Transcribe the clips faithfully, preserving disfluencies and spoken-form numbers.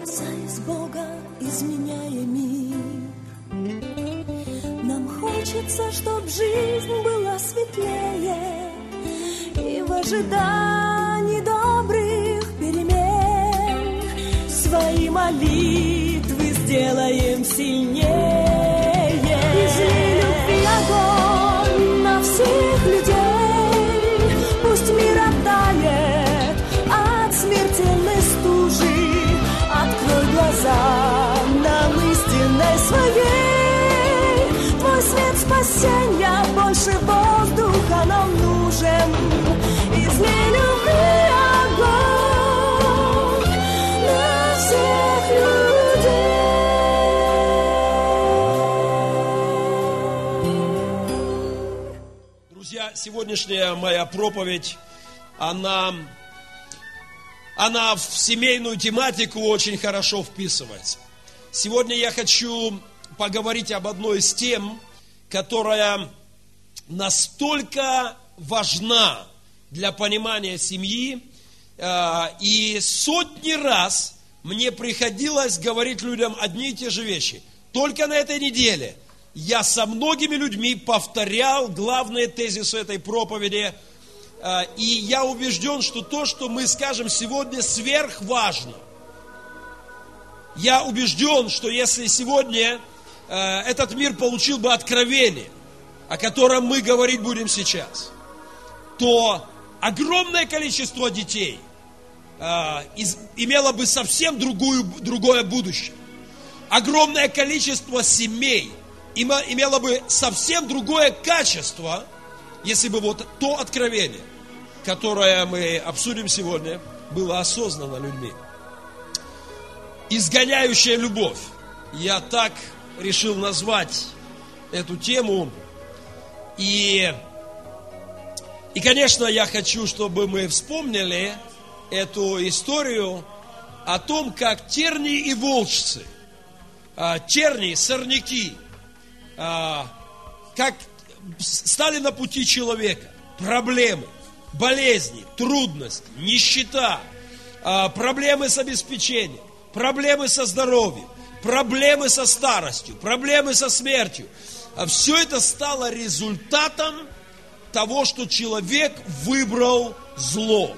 Касаясь Бога, изменяя мир, нам хочется, чтоб жизнь была светлее, и в ожидании добрых перемен свои молитвы сделаем сильнее. Излей любви огонь на всех людей, пусть мир оттает от смертельной стужи. Открой глаза нам истинной своей, твой свет спасения, больше воздуха нам нужен. Излей любви огонь на всех людей. Друзья, сегодняшняя моя проповедь, она... Она в семейную тематику очень хорошо вписывается. Сегодня я хочу поговорить об одной из тем, которая настолько важна для понимания семьи. И сотни раз мне приходилось говорить людям одни и те же вещи. Только на этой неделе я со многими людьми повторял главные тезисы этой проповеди. И я убежден, что то, что мы скажем сегодня, сверхважно. Я убежден, что если сегодня этот мир получил бы откровение, о котором мы говорить будем сейчас, то огромное количество детей имело бы совсем другую, другое будущее. Огромное количество семей имело бы совсем другое качество, если бы вот то откровение, которое мы обсудим сегодня, было осознано людьми. Изгоняющая любовь. Я так решил назвать эту тему. И, и, конечно, я хочу, чтобы мы вспомнили эту историю о том, как тернии и волчцы, тернии, сорняки, как стали на пути человека. Проблемы, болезни, трудности, нищета, проблемы с обеспечением, проблемы со здоровьем, проблемы со старостью, проблемы со смертью. Все это стало результатом того, что человек выбрал зло.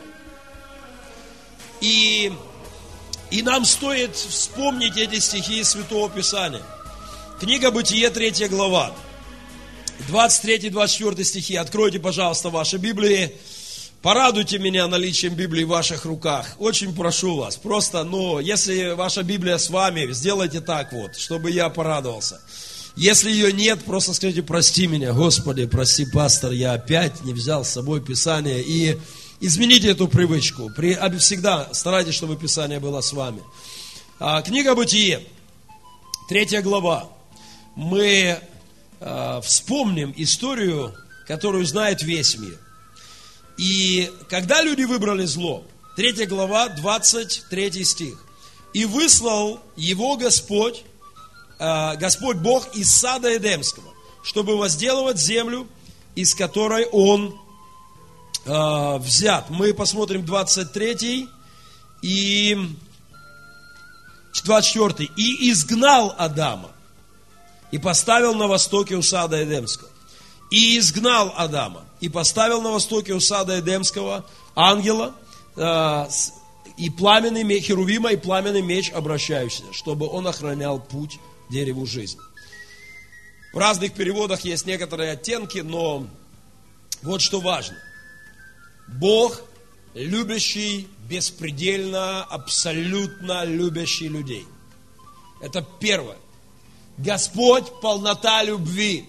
И, и нам стоит вспомнить эти стихи из Святого Писания. Книга Бытие, третья глава. двадцать третий двадцать четвёртый стихи. Откройте, пожалуйста, ваши Библии. Порадуйте меня наличием Библии в ваших руках. Очень прошу вас. Просто, ну, если ваша Библия с вами, сделайте так вот, чтобы я порадовался. Если ее нет, просто скажите: прости меня, Господи, прости, пастор, я опять не взял с собой Писание. И измените эту привычку. При, всегда старайтесь, чтобы Писание было с вами. А, книга Бытие, третья глава. Мы а, вспомним историю, которую знает весь мир. И когда люди выбрали зло, третья глава, двадцать третий стих. И выслал его Господь, э, Господь Бог из сада Эдемского, чтобы возделывать землю, из которой он э, взят. Мы посмотрим двадцать третий и двадцать четвёртый. И изгнал Адама, и поставил на востоке у сада Эдемского. И изгнал Адама, и поставил на востоке у сада Эдемского ангела э, и пламенный меч, херувима и пламенный меч обращающийся, чтобы он охранял путь дереву жизни. В разных переводах есть некоторые оттенки, но вот что важно. Бог, любящий, беспредельно, абсолютно любящий людей. Это первое. Господь, полнота любви.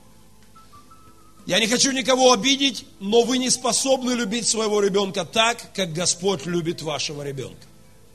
Я не хочу никого обидеть, но вы не способны любить своего ребенка так, как Господь любит вашего ребенка.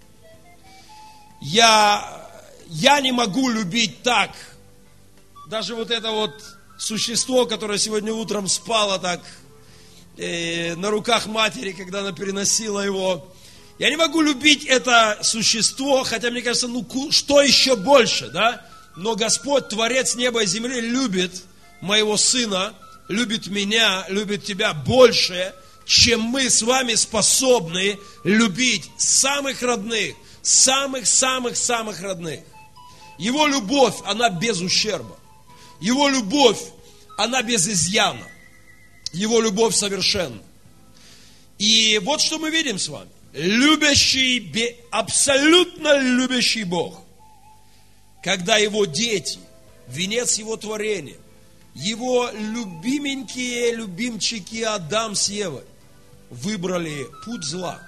Я, я не могу любить так. Даже вот это вот существо, которое сегодня утром спало так э, на руках матери, когда она переносила его. Я не могу любить это существо, хотя мне кажется, ну что еще больше, да? Но Господь, Творец неба и земли, любит моего сына, любит меня, любит тебя больше, чем мы с вами способны любить самых родных, самых-самых-самых родных. Его любовь, она без ущерба. Его любовь, она без изъяна. Его любовь совершенна. И вот что мы видим с вами. Любящий, абсолютно любящий Бог, когда Его дети, венец Его творения, Его любименькие любимчики Адам с Евой выбрали путь зла.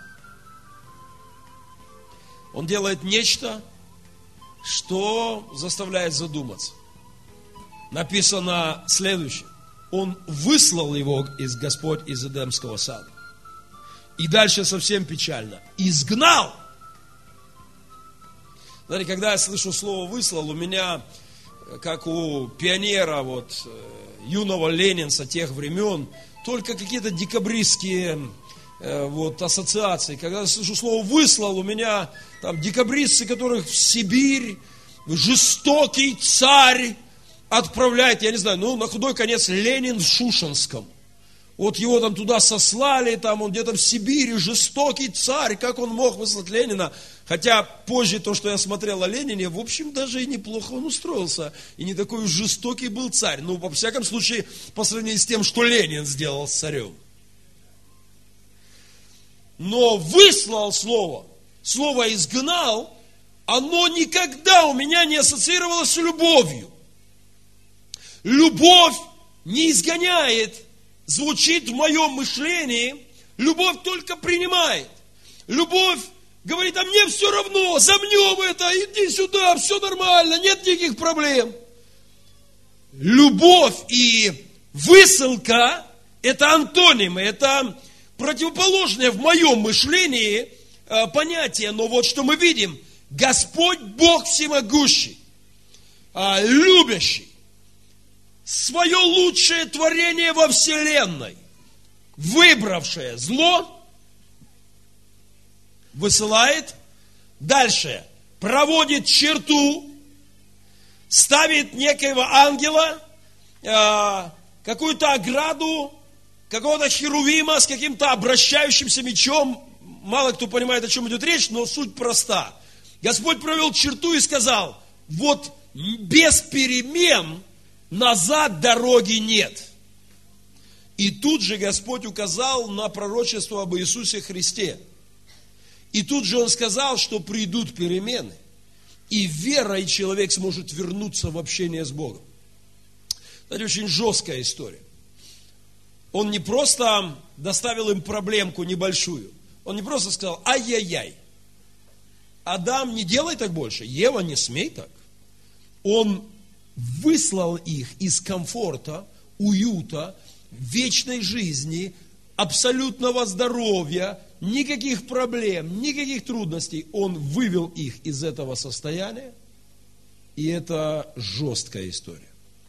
Он делает нечто, что заставляет задуматься. Написано следующее. Он выслал его из Господь из Эдемского сада. И дальше совсем печально. Изгнал. Знаете, когда я слышу слово «выслал», у меня, как у пионера, вот, юного ленинца тех времен, только какие-то декабристские вот, ассоциации. Когда я слышу слово «выслал», у меня там декабристцы, которых в Сибирь жестокий царь отправляет, я не знаю, ну, на худой конец Ленин в Шушенском. Вот его там туда сослали, там он где-то в Сибири, жестокий царь, как он мог выслать Ленина? Хотя позже то, что я смотрел о Ленине, в общем, даже и неплохо он устроился. И не такой уж жестокий был царь. Ну, во всяком случае, по сравнению с тем, что Ленин сделал с царем. Но выслал слово, слово изгнал, оно никогда у меня не ассоциировалось с любовью. Любовь не изгоняет, звучит в моем мышлении, любовь только принимает. Любовь говорит, а мне все равно, замнем это, иди сюда, все нормально, нет никаких проблем. Любовь и высылка – это антонимы, это противоположное в моем мышлении э, понятие. Но вот что мы видим, Господь Бог всемогущий, э, любящий, свое лучшее творение во вселенной, выбравшее зло, высылает, дальше проводит черту, ставит некоего ангела, э, какую-то ограду, какого-то херувима с каким-то обращающимся мечом. Мало кто понимает, о чем идет речь, но суть проста. Господь провел черту и сказал, вот без перемен назад дороги нет. И тут же Господь указал на пророчество об Иисусе Христе. И тут же Он сказал, что придут перемены. И верой человек сможет вернуться в общение с Богом. Это очень жесткая история. Он не просто доставил им проблемку небольшую. Он не просто сказал, ай-яй-яй. Адам, не делай так больше. Ева, не смей так. Он выслал их из комфорта, уюта, вечной жизни, абсолютного здоровья, никаких проблем, никаких трудностей. Он вывел их из этого состояния. И это жесткая история.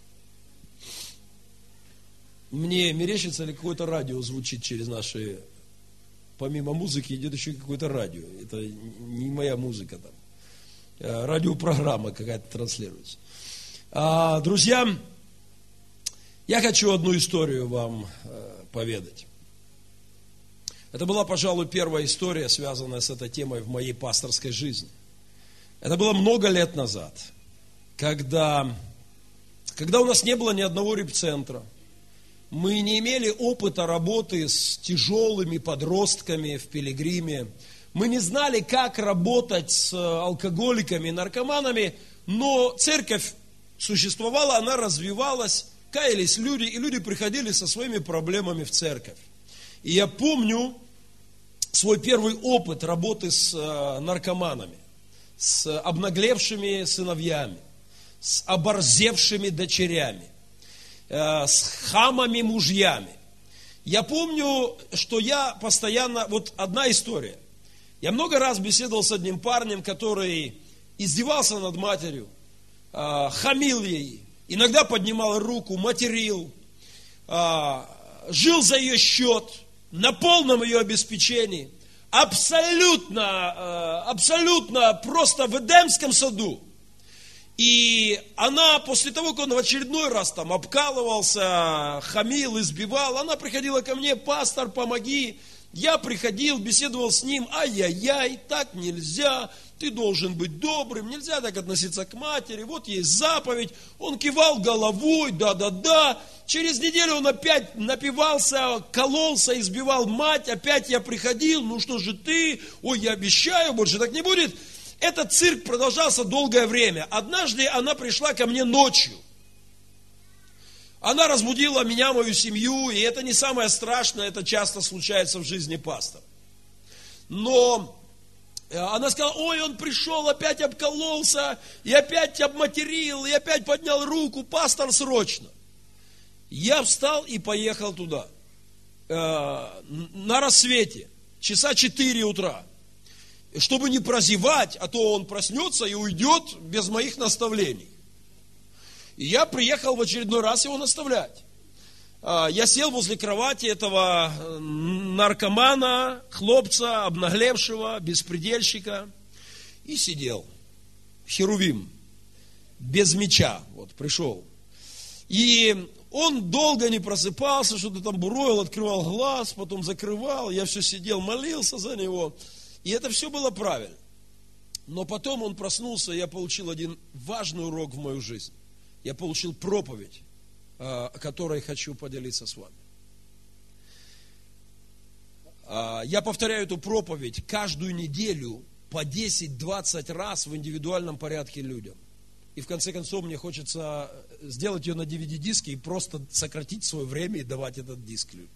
Мне мерещится ли какое-то радио звучит через наши... Помимо музыки идет еще какое-то радио. Это не моя музыка там. Радиопрограмма какая-то транслируется. А, друзья, я хочу одну историю вам поведать. Это была, пожалуй, первая история, связанная с этой темой в моей пасторской жизни. Это было много лет назад, когда, когда у нас не было ни одного репцентра. Мы не имели опыта работы с тяжелыми подростками в Пилигриме. Мы не знали, как работать с алкоголиками, наркоманами, но церковь существовала, она развивалась, каялись люди, и люди приходили со своими проблемами в церковь. И я помню свой первый опыт работы с наркоманами, с обнаглевшими сыновьями, с оборзевшими дочерями, с хамами мужьями. Я помню, что я постоянно, вот одна история. Я много раз беседовал с одним парнем, который издевался над матерью, хамил ей, иногда поднимал руку, материл, жил за ее счет, на полном ее обеспечении, абсолютно, абсолютно просто в Эдемском саду. И она, после того, как он в очередной раз там обкалывался, хамил, избивал, она приходила ко мне, пастор, помоги, Я приходил, беседовал с ним, ай-яй-яй, так нельзя, ты должен быть добрым, нельзя так относиться к матери, вот есть заповедь. Он кивал головой, да-да-да. Через неделю он опять напивался, кололся, избивал мать, опять я приходил, ну что же ты, ой, я обещаю, больше так не будет. Этот цирк продолжался долгое время. Однажды она пришла ко мне ночью. Она разбудила меня, мою семью, и это не самое страшное, это часто случается в жизни пастора. Но она сказала, ой, он пришел, опять обкололся, и опять обматерил, и опять поднял руку, пастор, срочно. Я встал и поехал туда, на рассвете, часа четыре утра, чтобы не прозевать, а то он проснется и уйдет без моих наставлений. И я приехал в очередной раз его наставлять. Я сел возле кровати этого наркомана, хлопца, обнаглевшего, беспредельщика, и сидел. Херувим, без меча, вот, пришел. И он долго не просыпался, что-то там буровил, открывал глаз, потом закрывал. Я все сидел, молился за него. И это все было правильно. Но потом он проснулся, и я получил один важный урок в мою жизнь. Я получил проповедь, о которой хочу поделиться с вами. Я повторяю эту проповедь каждую неделю по десять-двадцать раз в индивидуальном порядке людям. И в конце концов мне хочется сделать ее на ди ви ди-диске и просто сократить свое время и давать этот диск людям.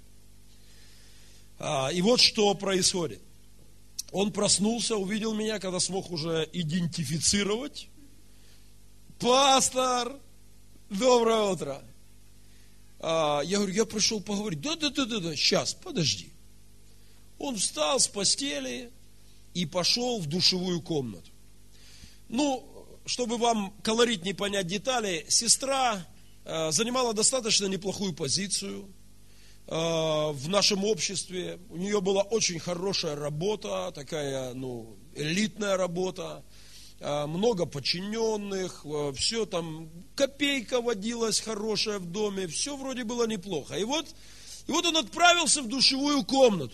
И вот что происходит. Он проснулся, увидел меня, когда смог уже идентифицировать. Пастор, доброе утро. А, я говорю, я пришел поговорить. Да, да, да, да, да, сейчас, подожди. Он встал с постели и пошел в душевую комнату. Ну, чтобы вам колоритнее понять детали, сестра э, занимала достаточно неплохую позицию э, в нашем обществе. У нее была очень хорошая работа, такая, ну, элитная работа. Много подчиненных, все там, копейка водилась хорошая в доме, все вроде было неплохо. И вот, и вот он отправился в душевую комнату.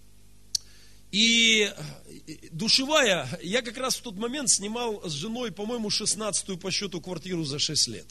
И душевая, я как раз в тот момент снимал с женой, по-моему, шестнадцатую по счету квартиру за шесть лет.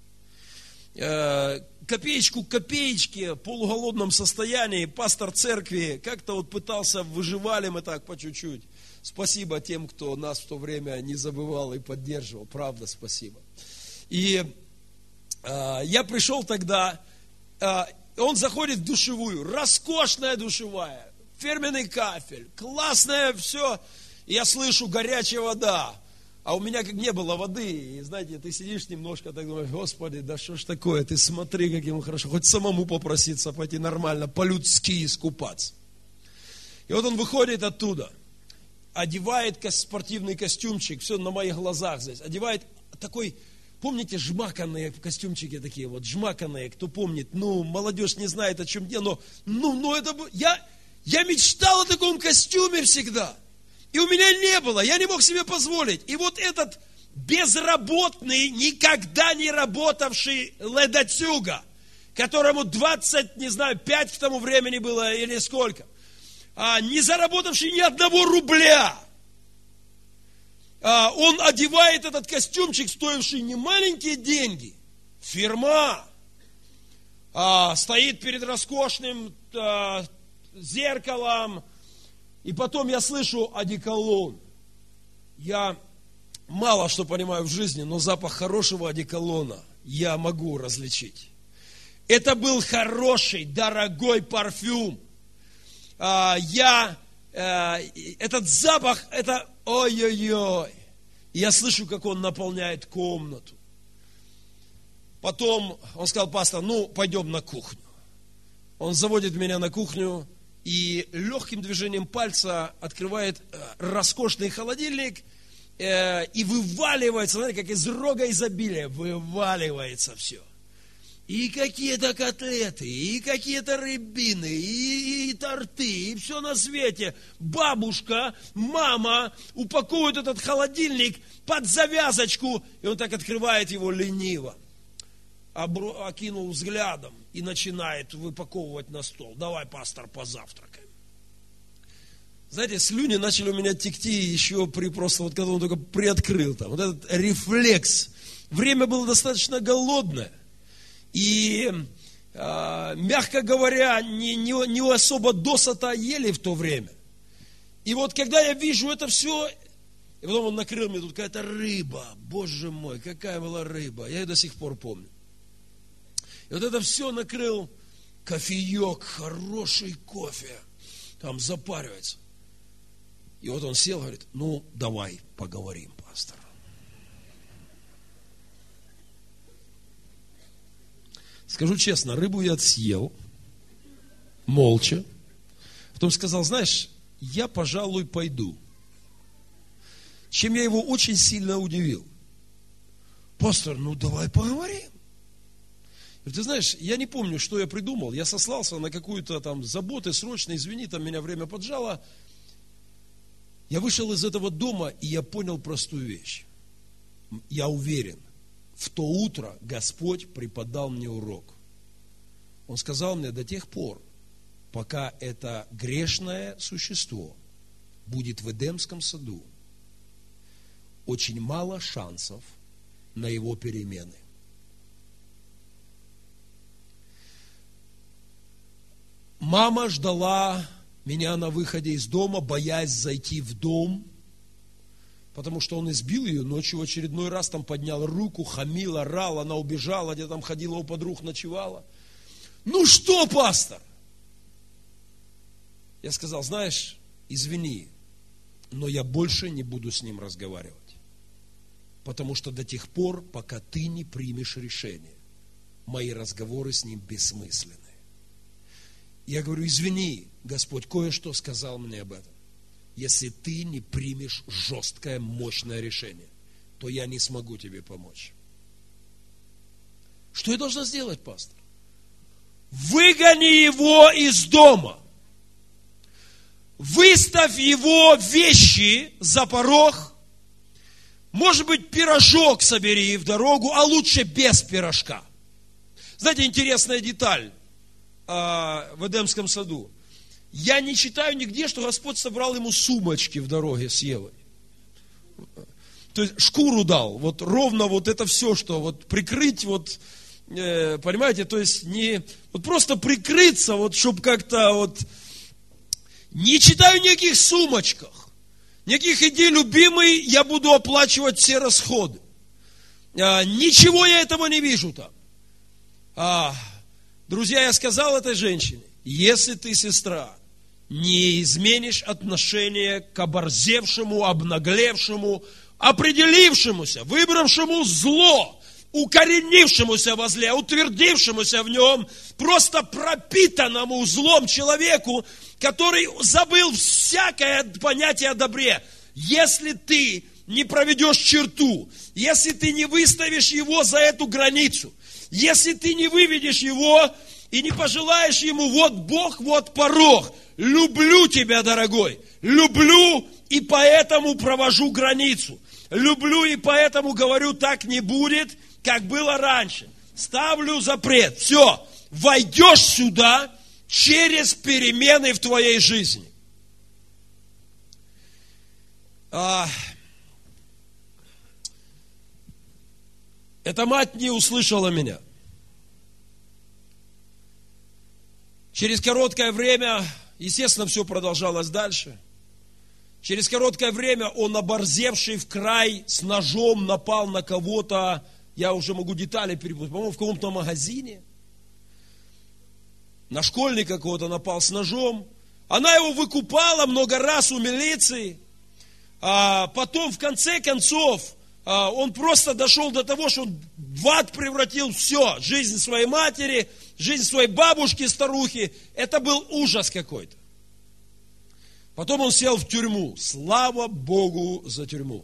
Копеечку к копеечке, в полуголодном состоянии, пастор церкви, как-то вот пытался, выживали мы так по чуть-чуть. Спасибо тем, кто нас в то время не забывал и поддерживал. Правда, спасибо. И э, я пришел тогда, э, он заходит в душевую, роскошная душевая, фирменный кафель, классное все. И я слышу, горячая вода. А у меня как не было воды. И знаете, ты сидишь немножко, так думаешь, Господи, да что ж такое, ты смотри, как ему хорошо. Хоть самому попроситься пойти нормально, по-людски искупаться. И вот он выходит оттуда. Одевает спортивный костюмчик, все на моих глазах здесь, одевает такой, помните, жмаканные костюмчики такие вот, жмаканные, кто помнит, ну, молодежь не знает, о чем дело, но, ну, ну, это, я, я мечтал о таком костюме всегда, и у меня не было, я не мог себе позволить, и вот этот безработный, никогда не работавший ледацюга, которому двадцать, не знаю, пять к тому времени было или сколько, А, не заработавший ни одного рубля. А, он одевает этот костюмчик, стоивший не маленькие деньги. Фирма. А, стоит перед роскошным а, зеркалом. И потом я слышу одеколон. Я мало что понимаю в жизни, но запах хорошего одеколона я могу различить. Это был хороший, дорогой парфюм. Я, этот запах, это ой-ой-ой. Я слышу, как он наполняет комнату. Потом он сказал, пастор, ну, пойдем на кухню. Он заводит меня на кухню и легким движением пальца открывает роскошный холодильник и вываливается, знаете, как из рога изобилия, вываливается все. И какие-то котлеты, и какие-то рыбины, и, и торты, и все на свете. Бабушка, мама упаковывают этот холодильник под завязочку, и он так открывает его лениво. Окинул взглядом и начинает выпаковывать на стол. Давай, пастор, позавтракаем. Знаете, слюни начали у меня текти еще при просто, вот когда он только приоткрыл там. Вот этот рефлекс. Время было достаточно голодное. И, э, мягко говоря, не, не, не особо досыта ели в то время. И вот когда я вижу это все, и потом он накрыл мне тут какая-то рыба. Боже мой, какая была рыба. Я ее до сих пор помню. И вот это все накрыл кофеек, хороший кофе. Там запаривается. И вот он сел, говорит, ну, давай поговорим, пастор. Скажу честно, рыбу я съел, молча. Потом сказал, знаешь, я, пожалуй, пойду. Чем я его очень сильно удивил. Пастор, ну, давай поговорим. И ты знаешь, я не помню, что я придумал. Я сослался на какую-то там заботу, срочно, извини, там меня время поджало. Я вышел из этого дома, и я понял простую вещь. Я уверен, в то утро Господь преподал мне урок. Он сказал мне, до тех пор, пока это грешное существо будет в Эдемском саду, очень мало шансов на его перемены. Мама ждала меня на выходе из дома, боясь зайти в дом, потому что он избил ее ночью в очередной раз, там поднял руку, хамил, орал, она убежала, где там ходила у подруг, ночевала. Ну что, пастор? Я сказал, знаешь, извини, но я больше не буду с ним разговаривать, потому что до тех пор, пока ты не примешь решение, мои разговоры с ним бессмысленны. Я говорю, извини, Господь кое-что сказал мне об этом. Если ты не примешь жесткое, мощное решение, то я не смогу тебе помочь. Что я должна сделать, пастор? Выгони его из дома. Выставь его вещи за порог. Может быть, пирожок собери в дорогу, а лучше без пирожка. Знаете, интересная деталь в Эдемском саду. Я не читаю нигде, что Господь собрал ему сумочки в дороге с Евой. То есть шкуру дал, вот ровно вот это все, что вот прикрыть, вот, э, понимаете, то есть не, вот просто прикрыться, вот, чтобы как-то вот, не читаю никаких сумочках, никаких иди, любимый, я буду оплачивать все расходы. А, ничего я этого не вижу там. А, Друзья, я сказал этой женщине, если ты, сестра, не изменишь отношение к оборзевшему, обнаглевшему, определившемуся, выбравшему зло, укоренившемуся во зле, утвердившемуся в нем, просто пропитанному злом человеку, который забыл всякое понятие о добре. Если ты не проведешь черту, если ты не выставишь его за эту границу, если ты не выведешь его и не пожелаешь ему, вот Бог, вот порог, люблю тебя, дорогой, люблю и поэтому провожу границу, люблю и поэтому говорю, так не будет, как было раньше, ставлю запрет, все, войдешь сюда через перемены в твоей жизни. А... Эта мать не услышала меня. Через короткое время, естественно, все продолжалось дальше. Через короткое время он, оборзевший в край, с ножом напал на кого-то, я уже могу детали перепутать, по-моему, в каком-то магазине. На школьника кого-то напал с ножом. Она его выкупала много раз у милиции. А потом, в конце концов, он просто дошел до того, что он в ад превратил все. Жизнь своей матери, жизнь своей бабушки, старухи. Это был ужас какой-то. Потом он сел в тюрьму. Слава Богу за тюрьму.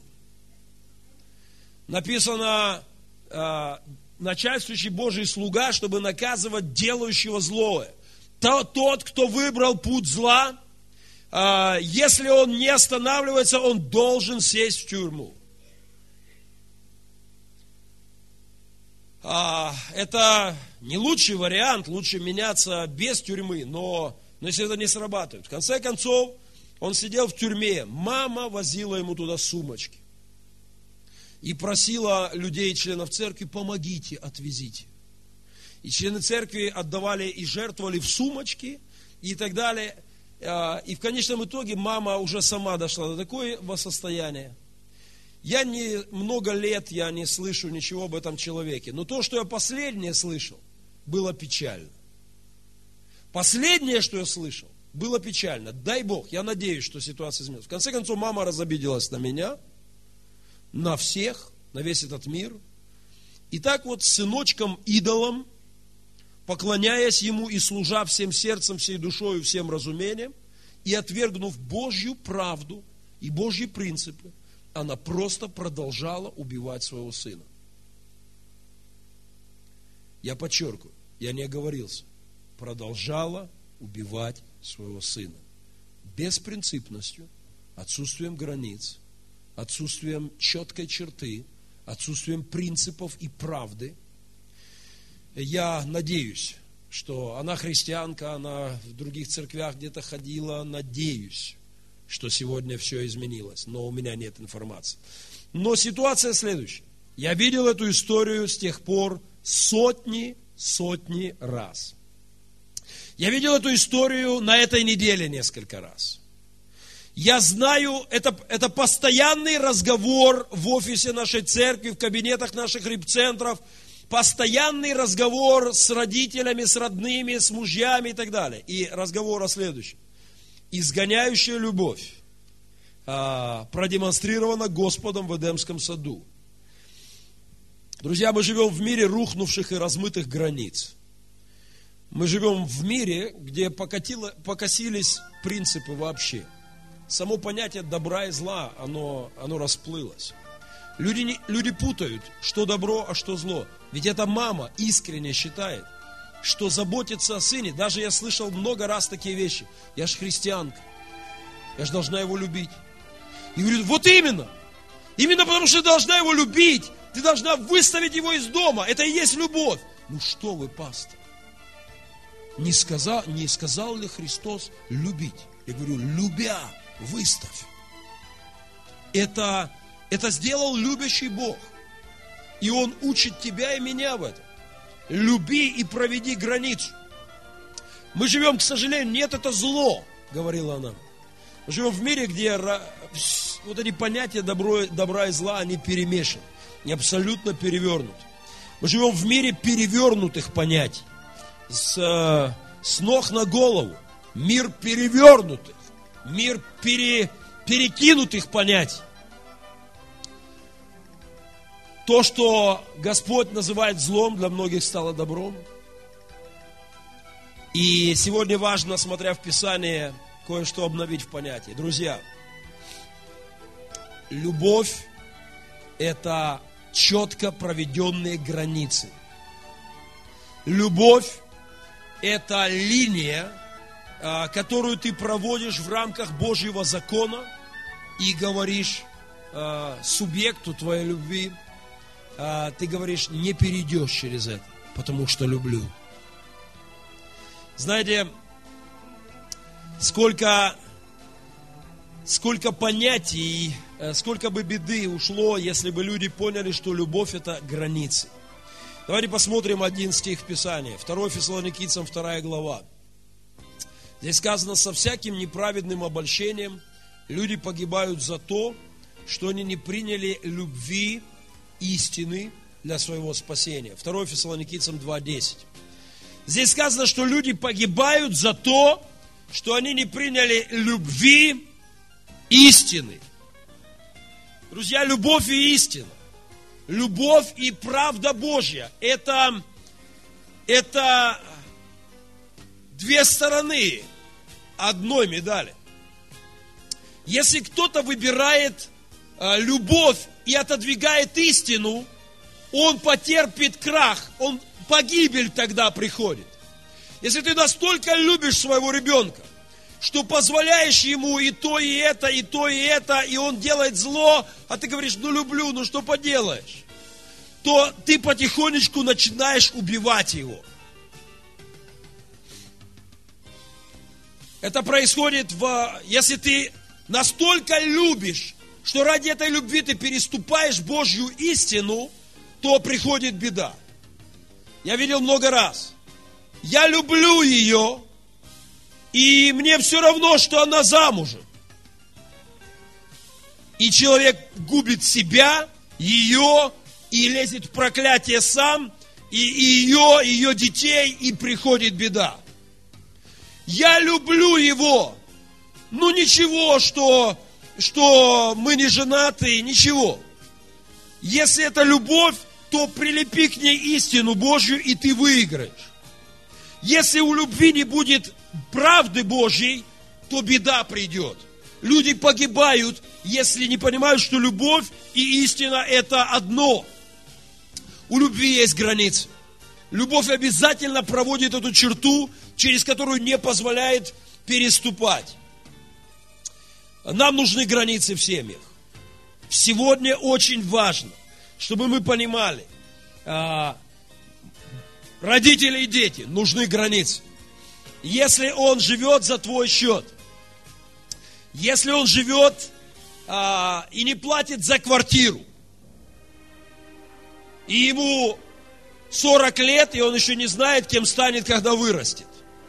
Написано, начальствующий Божий слуга, чтобы наказывать делающего злое. Тот, кто выбрал путь зла, если он не останавливается, он должен сесть в тюрьму. Это не лучший вариант, лучше меняться без тюрьмы, но, но если это не срабатывает. В конце концов, Он сидел в тюрьме, мама возила ему туда сумочки. И просила людей, членов церкви, помогите, отвезите. И члены церкви отдавали и жертвовали в сумочки и так далее. И в конечном итоге мама уже сама дошла до такого состояния. Я не много лет, я не слышу ничего об этом человеке. Но то, что я последнее слышал, было печально. Последнее, что я слышал, было печально. Дай Бог, я надеюсь, что ситуация изменится. В конце концов, мама разобиделась на меня, на всех, на весь этот мир. И так вот с сыночком-идолом, поклоняясь ему и служа всем сердцем, всей душой и всем разумением, и отвергнув Божью правду и Божьи принципы, она просто продолжала убивать своего сына. Я подчеркиваю, я не оговорился. Продолжала убивать своего сына. Беспринципностью, отсутствием границ, отсутствием четкой черты, отсутствием принципов и правды. Я надеюсь, что она христианка, она в других церквях где-то ходила, надеюсь, что сегодня все изменилось, но у меня нет информации. Но ситуация следующая. Я видел эту историю с тех пор сотни, сотни раз. Я видел эту историю на этой неделе несколько раз. Я знаю, это, это постоянный разговор в офисе нашей церкви, в кабинетах наших репцентров, постоянный разговор с родителями, с родными, с мужьями и так далее. И разговор о следующем. Изгоняющая любовь а, продемонстрирована Господом в Эдемском саду. Друзья, мы живем в мире рухнувших и размытых границ. Мы живем в мире, где покатило, покосились принципы вообще. Само понятие добра и зла, оно, оно расплылось. Люди, не, люди путают, что добро, а что зло. Ведь эта мама искренне считает, что заботиться о сыне, даже я слышал много раз такие вещи. Я же христианка, я же должна его любить. И говорит, вот именно, именно потому что ты должна его любить, ты должна выставить его из дома, это и есть любовь. Ну что вы, пастор, не сказал, не сказал ли Христос любить? Я говорю, любя, выставь. Это, это сделал любящий Бог. И Он учит тебя и меня в этом. Люби и проведи границу. Мы живем, к сожалению, нет, это зло, говорила она. Мы живем в мире, где вот эти понятия добро, добра и зла, они перемешаны, они абсолютно перевернуты. Мы живем в мире перевернутых понятий. С, с ног на голову. Мир перевернутых. Мир пере, перекинутых понятий. То, что Господь называет злом, для многих стало добром. И сегодня важно, смотря в Писание, кое-что обновить в понятии. Друзья, любовь – это четко проведенные границы. Любовь – это линия, которую ты проводишь в рамках Божьего закона и говоришь субъекту твоей любви, ты говоришь, не перейдешь через это, потому что люблю. Знаете, сколько, сколько понятий, сколько бы беды ушло, если бы люди поняли, что любовь – это границы. Давайте посмотрим один стих в Писании. второе Фессалоникийцам, вторая глава. Здесь сказано, со всяким неправедным обольщением люди погибают за то, что они не приняли любви, истины для своего спасения. второе Фессалоникийцам два десять. Здесь сказано, что люди погибают за то, что они не приняли любви, истины. Друзья, любовь и истина. Любовь и правда Божья. Это, это две стороны одной медали. Если кто-то выбирает э, любовь и отодвигает истину, он потерпит крах, он, погибель тогда приходит. Если ты настолько любишь своего ребенка, что позволяешь ему и то, и это, и то, и это, и он делает зло, а ты говоришь, ну люблю, ну что поделаешь, то ты потихонечку начинаешь убивать его. Это происходит, в, если ты настолько любишь, что ради этой любви ты переступаешь Божью истину, то приходит беда. Я видел много раз. Я люблю ее, и мне все равно, что она замужем. И человек губит себя, ее, и лезет в проклятие сам, и, и ее, и ее детей, и приходит беда. Я люблю его. Ну ничего, что, что мы не женаты, ничего. Если это любовь, то прилепи к ней истину Божью, и ты выиграешь. Если у любви не будет правды Божьей, то беда придет. Люди погибают, если не понимают, что любовь и истина это одно. У любви есть границы. Любовь обязательно проводит эту черту, через которую не позволяет переступать. Нам нужны границы в семьях. Сегодня очень важно, чтобы мы понимали, родители и дети, нужны границы. Если он живет за твой счет, если он живет а, и не платит за квартиру, и ему сорок лет, и он еще не знает, кем станет, когда вырастет.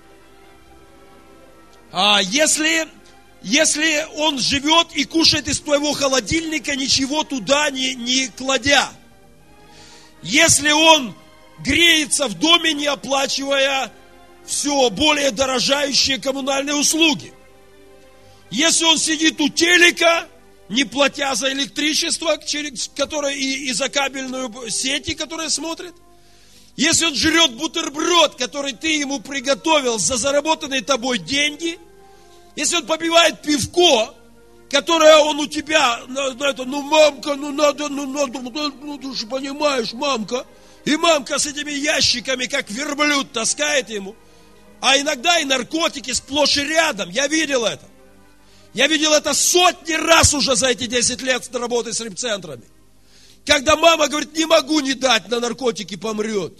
А если, если он живет и кушает из твоего холодильника, ничего туда не, не кладя, если он греется в доме, не оплачивая все более дорожающие коммунальные услуги, если он сидит у телека, не платя за электричество, через которое и, и за кабельную сети, которая смотрит, если он жрет бутерброд, который ты ему приготовил за заработанные тобой деньги, если он попивает пивко, которое он у тебя, на, на это, ну, мамка, ну, надо, ну, надо, ну, ты же понимаешь, мамка, и мамка с этими ящиками, как верблюд, таскает ему, а иногда и наркотики сплошь и рядом, я видел это. Я видел это сотни раз уже за эти десять лет работы с репцентрами. Когда мама говорит, не могу не дать, на наркотики помрет.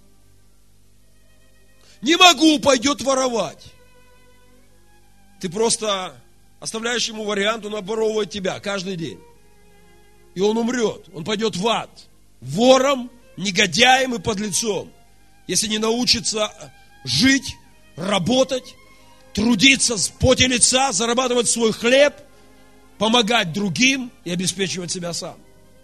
Не могу, пойдет воровать. Ты просто оставляешь ему вариант, он обворовывает тебя каждый день. И он умрет, он пойдет в ад. Вором, негодяем и подлецом. Если не научится жить, работать, трудиться в поте лица, зарабатывать свой хлеб, помогать другим и обеспечивать себя сам.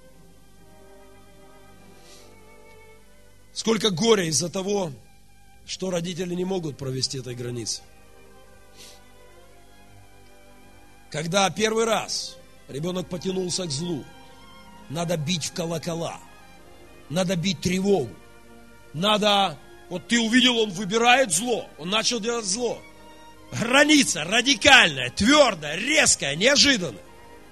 Сколько горя из-за того, что родители не могут провести этой границы. Когда первый раз ребенок потянулся к злу, надо бить в колокола, надо бить тревогу, надо, вот ты увидел, он выбирает зло, он начал делать зло. Граница радикальная, твердая, резкая, неожиданная.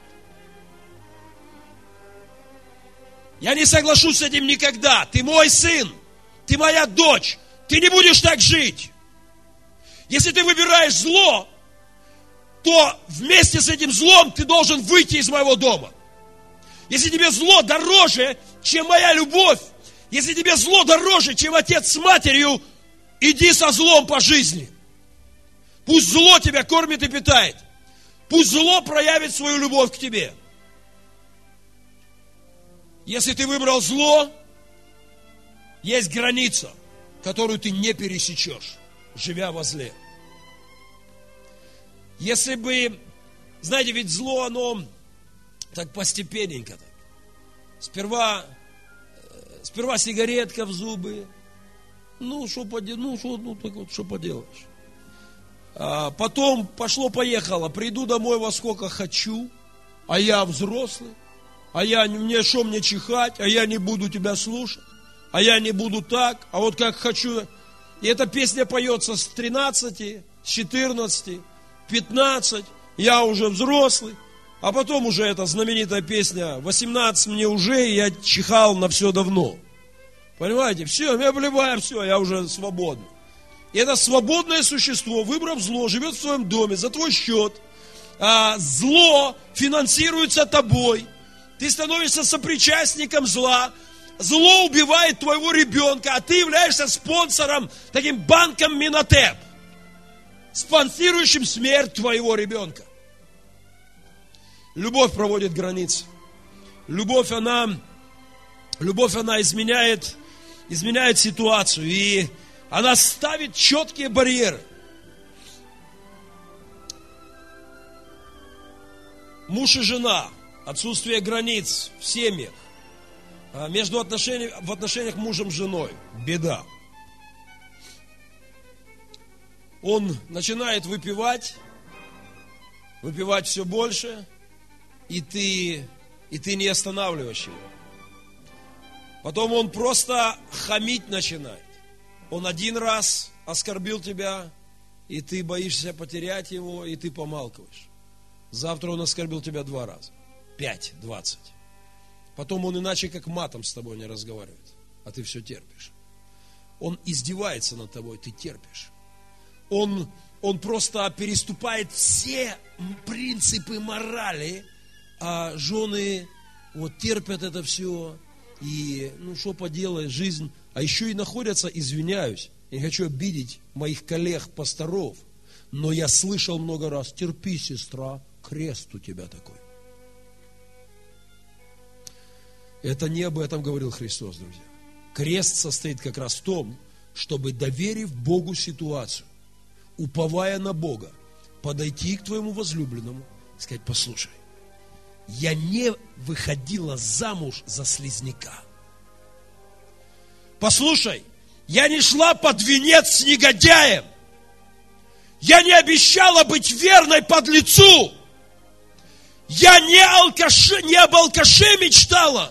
Я не соглашусь с этим никогда. Ты мой сын, ты моя дочь, ты не будешь так жить. Если ты выбираешь зло, то вместе с этим злом ты должен выйти из моего дома. Если тебе зло дороже, чем моя любовь, если тебе зло дороже, чем отец с матерью, иди со злом по жизни. Пусть зло тебя кормит и питает. Пусть зло проявит свою любовь к тебе. Если ты выбрал зло, есть граница, которую ты не пересечешь, живя во зле. Если бы, знаете, ведь зло, оно так постепенненько. Так. Сперва, сперва сигаретка в зубы. Ну, что поделаешь, ну, что, ну, так вот, что поделаешь. А потом пошло-поехало, приду домой во сколько хочу, а я взрослый, а я, мне что мне чихать, а я не буду тебя слушать, а я не буду так, а вот как хочу. И эта песня поется с тринадцати, с четырнадцати, пятнадцати, я уже взрослый, а потом уже эта знаменитая песня восемнадцать мне уже, и я чихал на все давно. Понимаете, все, я обливаю, все, я уже свободный. И это свободное существо, выбрав зло, живет в своем доме за твой счет. А, зло финансируется тобой. Ты становишься сопричастником зла. Зло убивает твоего ребенка, а ты являешься спонсором, таким банком Минотеп. спонсирующим смерть твоего ребенка. Любовь проводит границы. Любовь, она, любовь, она изменяет, изменяет ситуацию. И она ставит четкие барьеры. Муж и жена, отсутствие границ в семьях, между отношениями, в отношениях мужем с женой, беда. Он начинает выпивать, выпивать все больше, и ты, и ты не останавливаешь его. Потом он просто хамить начинает. Он один раз оскорбил тебя, и ты боишься потерять его, и ты помалкиваешь. Завтра он оскорбил тебя два раза. Пять, двадцать. Потом он иначе как матом с тобой не разговаривает, а ты все терпишь. Он издевается над тобой, ты терпишь. Он, он просто переступает все принципы морали, а жены вот терпят это все. И ну что поделаешь, жизнь. А еще и находятся, извиняюсь, я не хочу обидеть моих коллег-пасторов, но я слышал много раз: терпи, сестра, крест у тебя такой. Это не об этом говорил Христос, друзья. Крест состоит как раз в том, чтобы, доверив Богу ситуацию, уповая на Бога, подойти к твоему возлюбленному и сказать: послушай, я не выходила замуж за слизняка. Послушай, я не шла под венец с негодяем. Я не обещала быть верной подлецу. Я не, алкаше, не об алкаше мечтала.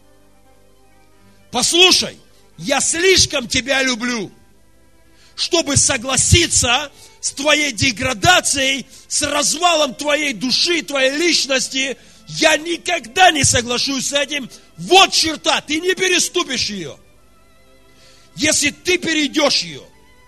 Послушай, я слишком тебя люблю, чтобы согласиться с твоей деградацией, с развалом твоей души, твоей личности. Я никогда не соглашусь с этим. Вот черта, ты не переступишь ее. Если ты перейдешь ее,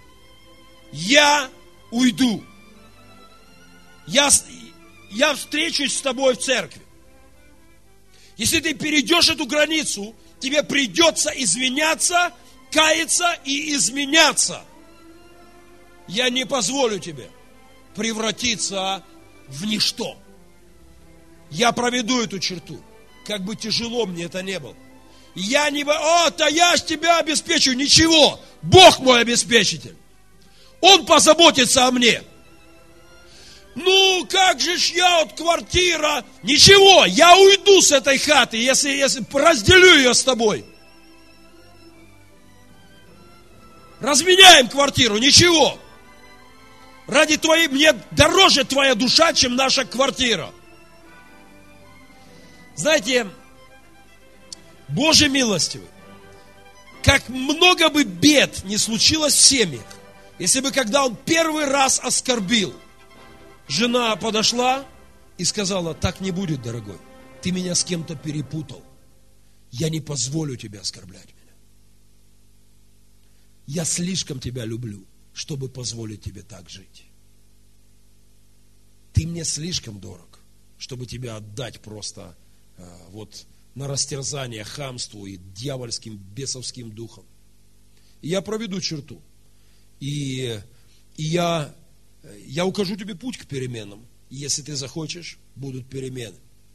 я уйду. Я, я встречусь с тобой в церкви. Если ты перейдешь эту границу, тебе придется извиняться, каяться и изменяться. Я не позволю тебе превратиться в ничто. Я проведу эту черту, как бы тяжело мне это не было. Я не... О, да я ж тебя обеспечу. Ничего. Бог мой обеспечитель. Он позаботится о мне. Ну, как же ж я, вот квартира. Ничего, я уйду с этой хаты, если, если разделю ее с тобой. Разменяем квартиру, ничего. Ради твоей, мне дороже твоя душа, чем наша квартира. Знаете, Боже милостивый, как много бы бед не случилось в семьях, если бы, когда он первый раз оскорбил, жена подошла и сказала: так не будет, дорогой, ты меня с кем-то перепутал, я не позволю тебе оскорблять меня. Я слишком тебя люблю, чтобы позволить тебе так жить. Ты мне слишком дорог, чтобы тебя отдать просто э, вот на растерзание хамству и дьявольским бесовским духом. И я проведу черту. И, и я, я укажу тебе путь к переменам. И если ты захочешь, будут перемены.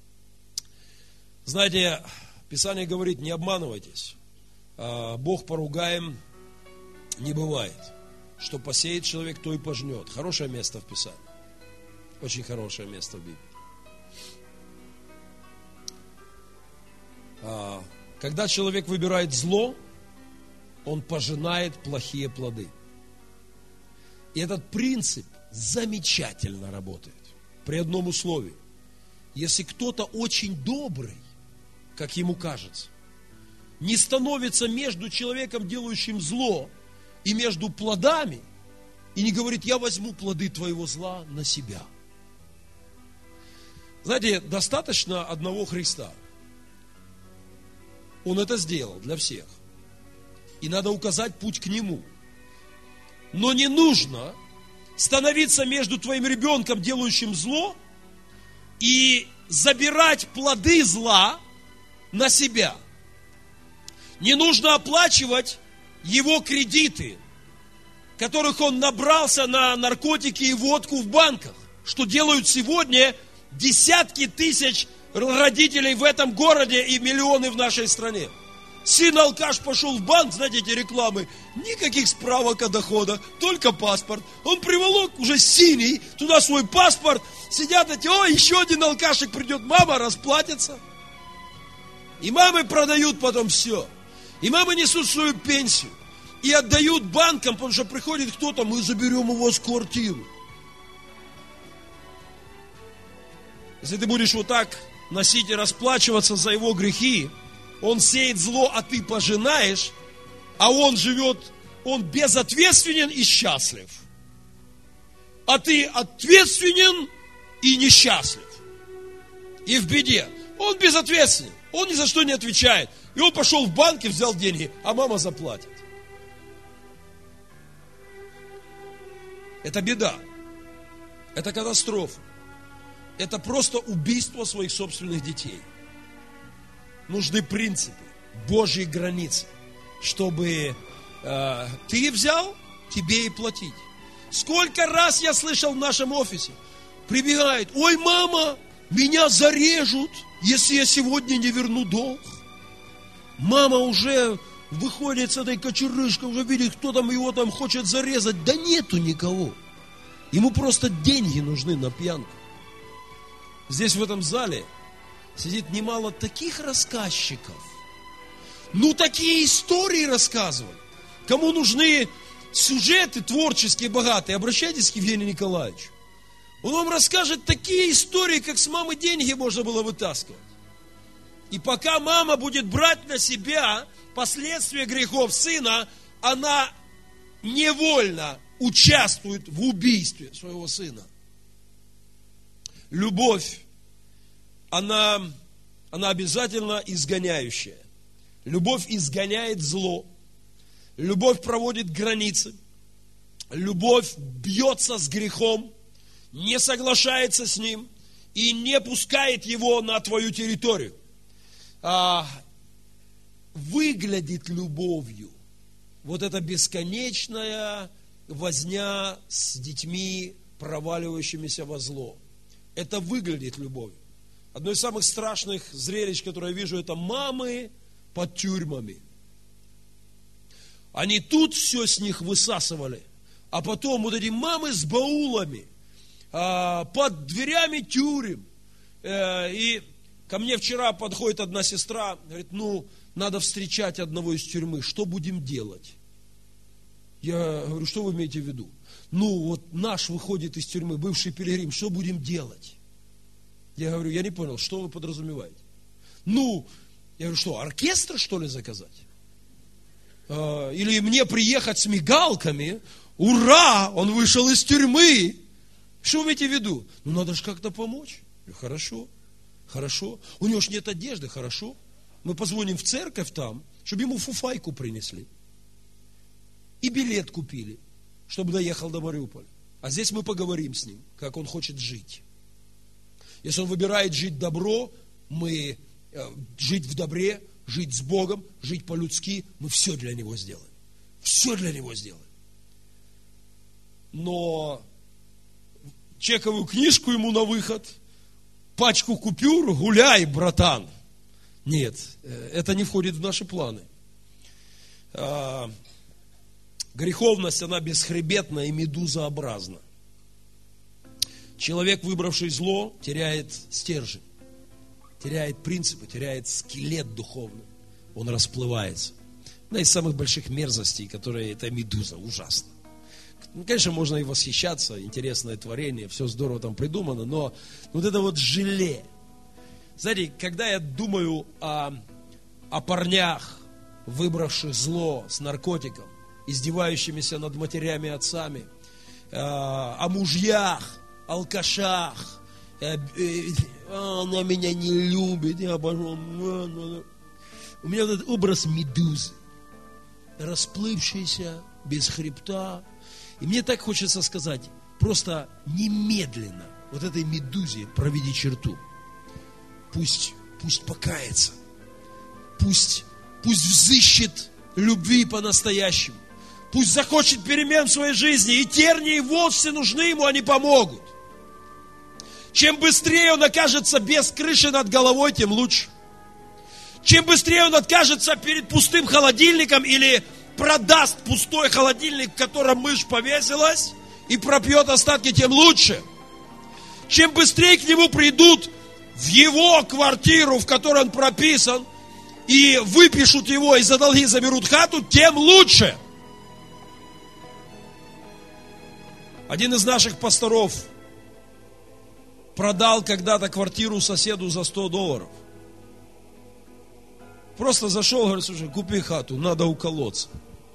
Знаете, Писание говорит: не обманывайтесь. Бог поругаем не бывает. Что посеет человек, то и пожнет. Хорошее место в Писании. Очень хорошее место в Библии. Когда человек выбирает зло, он пожинает плохие плоды. И этот принцип замечательно работает. При одном условии. Если кто-то очень добрый, как ему кажется, не становится между человеком, делающим зло, и между плодами, и не говорит: я возьму плоды твоего зла на себя. Знаете, достаточно одного Христа. Он это сделал для всех. И надо указать путь к Нему. Но не нужно становиться между твоим ребенком, делающим зло, и забирать плоды зла на себя. Не нужно оплачивать его кредиты. которых он набрался на наркотики и водку в банках, что делают сегодня десятки тысяч родителей в этом городе и миллионы в нашей стране. Сын-алкаш пошел в банк, знаете, эти рекламы, никаких справок о доходах, только паспорт. Он приволок уже синий, туда свой паспорт, сидят эти, о, еще один алкашек придет, мама расплатится. И мамы продают потом все. И мамы несут свою пенсию. И отдают банкам, потому что приходит кто-то, мы заберем у вас квартиру. Если ты будешь вот так носить и расплачиваться за его грехи, он сеет зло, а ты пожинаешь, а он живет, он безответственен и счастлив. А ты ответственен и несчастлив. И в беде. Он безответственен, он ни за что не отвечает. И он пошел в банк и взял деньги, а мама заплатит. Это беда. Это катастрофа. Это просто убийство своих собственных детей. Нужны принципы, Божьи границы, чтобы э, ты взял, тебе и платить. Сколько раз я слышал в нашем офисе, прибегает, ой, мама, меня зарежут, если я сегодня не верну долг. Мама уже выходит с этой кочерышкой, уже видит, кто там его там хочет зарезать. Да нету никого. Ему просто деньги нужны на пьянку. Здесь в этом зале сидит немало таких рассказчиков. Ну, такие истории рассказывают. Кому нужны сюжеты творческие, богатые, обращайтесь к Евгению Николаевичу. Он вам расскажет такие истории, как с мамы деньги можно было вытаскивать. И пока мама будет брать на себя последствия грехов сына, она невольно участвует в убийстве своего сына. Любовь, она, она обязательно изгоняющая. Любовь изгоняет зло. Любовь проводит границы. Любовь бьется с грехом, не соглашается с ним и не пускает его на твою территорию. А, выглядит любовью вот эта бесконечная возня с детьми, проваливающимися во зло. Это выглядит любовью. Одно из самых страшных зрелищ, которое я вижу, это мамы под тюрьмами. Они тут все с них высасывали, а потом вот эти мамы с баулами под дверями тюрем. И ко мне вчера подходит одна сестра, говорит, ну, надо встречать одного из тюрьмы, что будем делать? Я говорю, что вы имеете в виду? Ну, вот наш выходит из тюрьмы, бывший пилигрим, что будем делать? Я говорю, я не понял, что вы подразумеваете? Ну, я говорю, что, оркестр, что ли, заказать? А, или мне приехать с мигалками? Ура, он вышел из тюрьмы. Что вы имеете в виду? Ну, надо же как-то помочь. Я говорю, хорошо, хорошо. У него же нет одежды, хорошо. Мы позвоним в церковь там, чтобы ему фуфайку принесли. И билет купили, чтобы доехал до Мариуполя. А здесь мы поговорим с ним, как он хочет жить. Если он выбирает жить добро, мы э, жить в добре, жить с Богом, жить по-людски, мы все для него сделаем. Все для него сделаем. Но чековую книжку ему на выход, пачку купюр, гуляй, братан. Нет, это не входит в наши планы. А, греховность, она бесхребетна и медузообразна. Человек, выбравший зло, теряет стержень, теряет принципы, теряет скелет духовный. Он расплывается. Одна из самых больших мерзостей, которые это медуза, ужасно. Ну, конечно, можно и восхищаться, интересное творение, все здорово там придумано, но вот это вот желе. Знаете, когда я думаю о, о парнях, выбравших зло с наркотиком, издевающимися над матерями и отцами, э, о мужьях, алкашах, э, э, она меня не любит, я пошел. У меня вот этот образ медузы, расплывшийся, без хребта. И мне так хочется сказать, просто немедленно вот этой медузе проведи черту. Пусть, пусть покается, пусть, пусть взыщет любви по-настоящему, Пусть захочет перемен в своей жизни. И тернии, и волчцы нужны ему, они помогут. Чем быстрее он окажется без крыши над головой, тем лучше. Чем быстрее он откажется перед пустым холодильником или продаст пустой холодильник, в котором мышь повесилась, и пропьет остатки, тем лучше. Чем быстрее к нему придут в его квартиру, в которой он прописан, и выпишут его, и за долги заберут хату, тем лучше. Один из наших пасторов продал когда-то квартиру соседу за сто долларов. Просто зашел, говорит, слушай, купи хату, надо уколоться.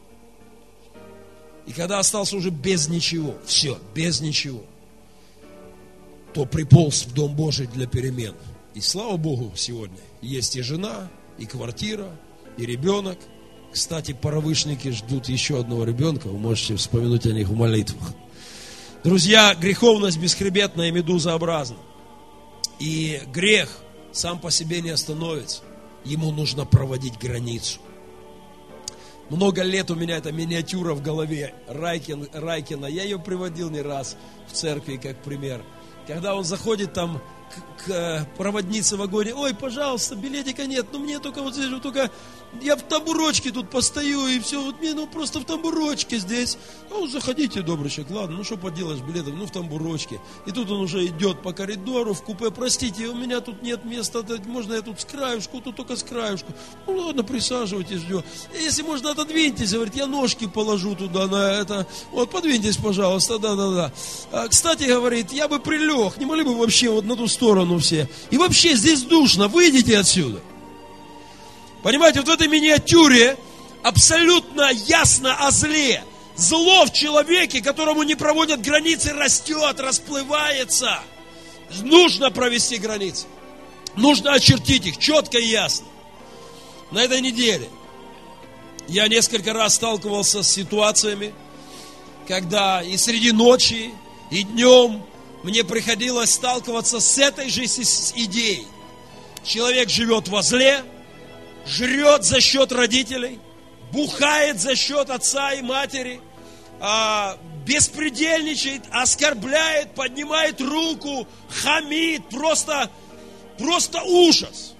И когда остался уже без ничего, все, без ничего, то приполз в Дом Божий для перемен. И слава Богу, сегодня есть и жена, и квартира, и ребенок. Кстати, паровышники ждут еще одного ребенка, вы можете вспомянуть о них в молитвах. Друзья, греховность бесхребетная и медузообразна. И грех сам по себе не остановится. Ему нужно проводить границу. Много лет у меня эта миниатюра в голове Райкин, Райкина. Я ее приводил не раз в церкви как пример. Когда он заходит там к, к проводнице в вагоне. Ой, пожалуйста, билетика нет. Ну мне только вот здесь, вот только я в тамбурочке тут постою. И все, вот мне ну просто в тамбурочке здесь. Ну, заходите, добрый человек. Ладно, ну что поделаешь, билетов, ну в тамбурочке. И тут он уже идет по коридору в купе. Простите, у меня тут нет места. Можно я тут с краюшку, тут только с краюшку. Ну ладно, присаживайтесь, ждем. Если можно, отодвиньтесь, говорит, я ножки положу туда на это. Вот, подвиньтесь, пожалуйста, да-да-да. А, кстати, говорит, я бы прилег. Не могли бы вообще вот на ту сторону все. И вообще здесь душно, выйдите отсюда. Понимаете, вот в этой миниатюре абсолютно ясно о зле. Зло в человеке, которому не проводят границы, растет, расплывается. Нужно провести границы. Нужно очертить их четко и ясно. На этой неделе я несколько раз сталкивался с ситуациями, когда и среди ночи, и днем мне приходилось сталкиваться с этой же идеей. Человек живет во зле, жрет за счет родителей, бухает за счет отца и матери, беспредельничает, оскорбляет, поднимает руку, хамит, просто, просто ужас.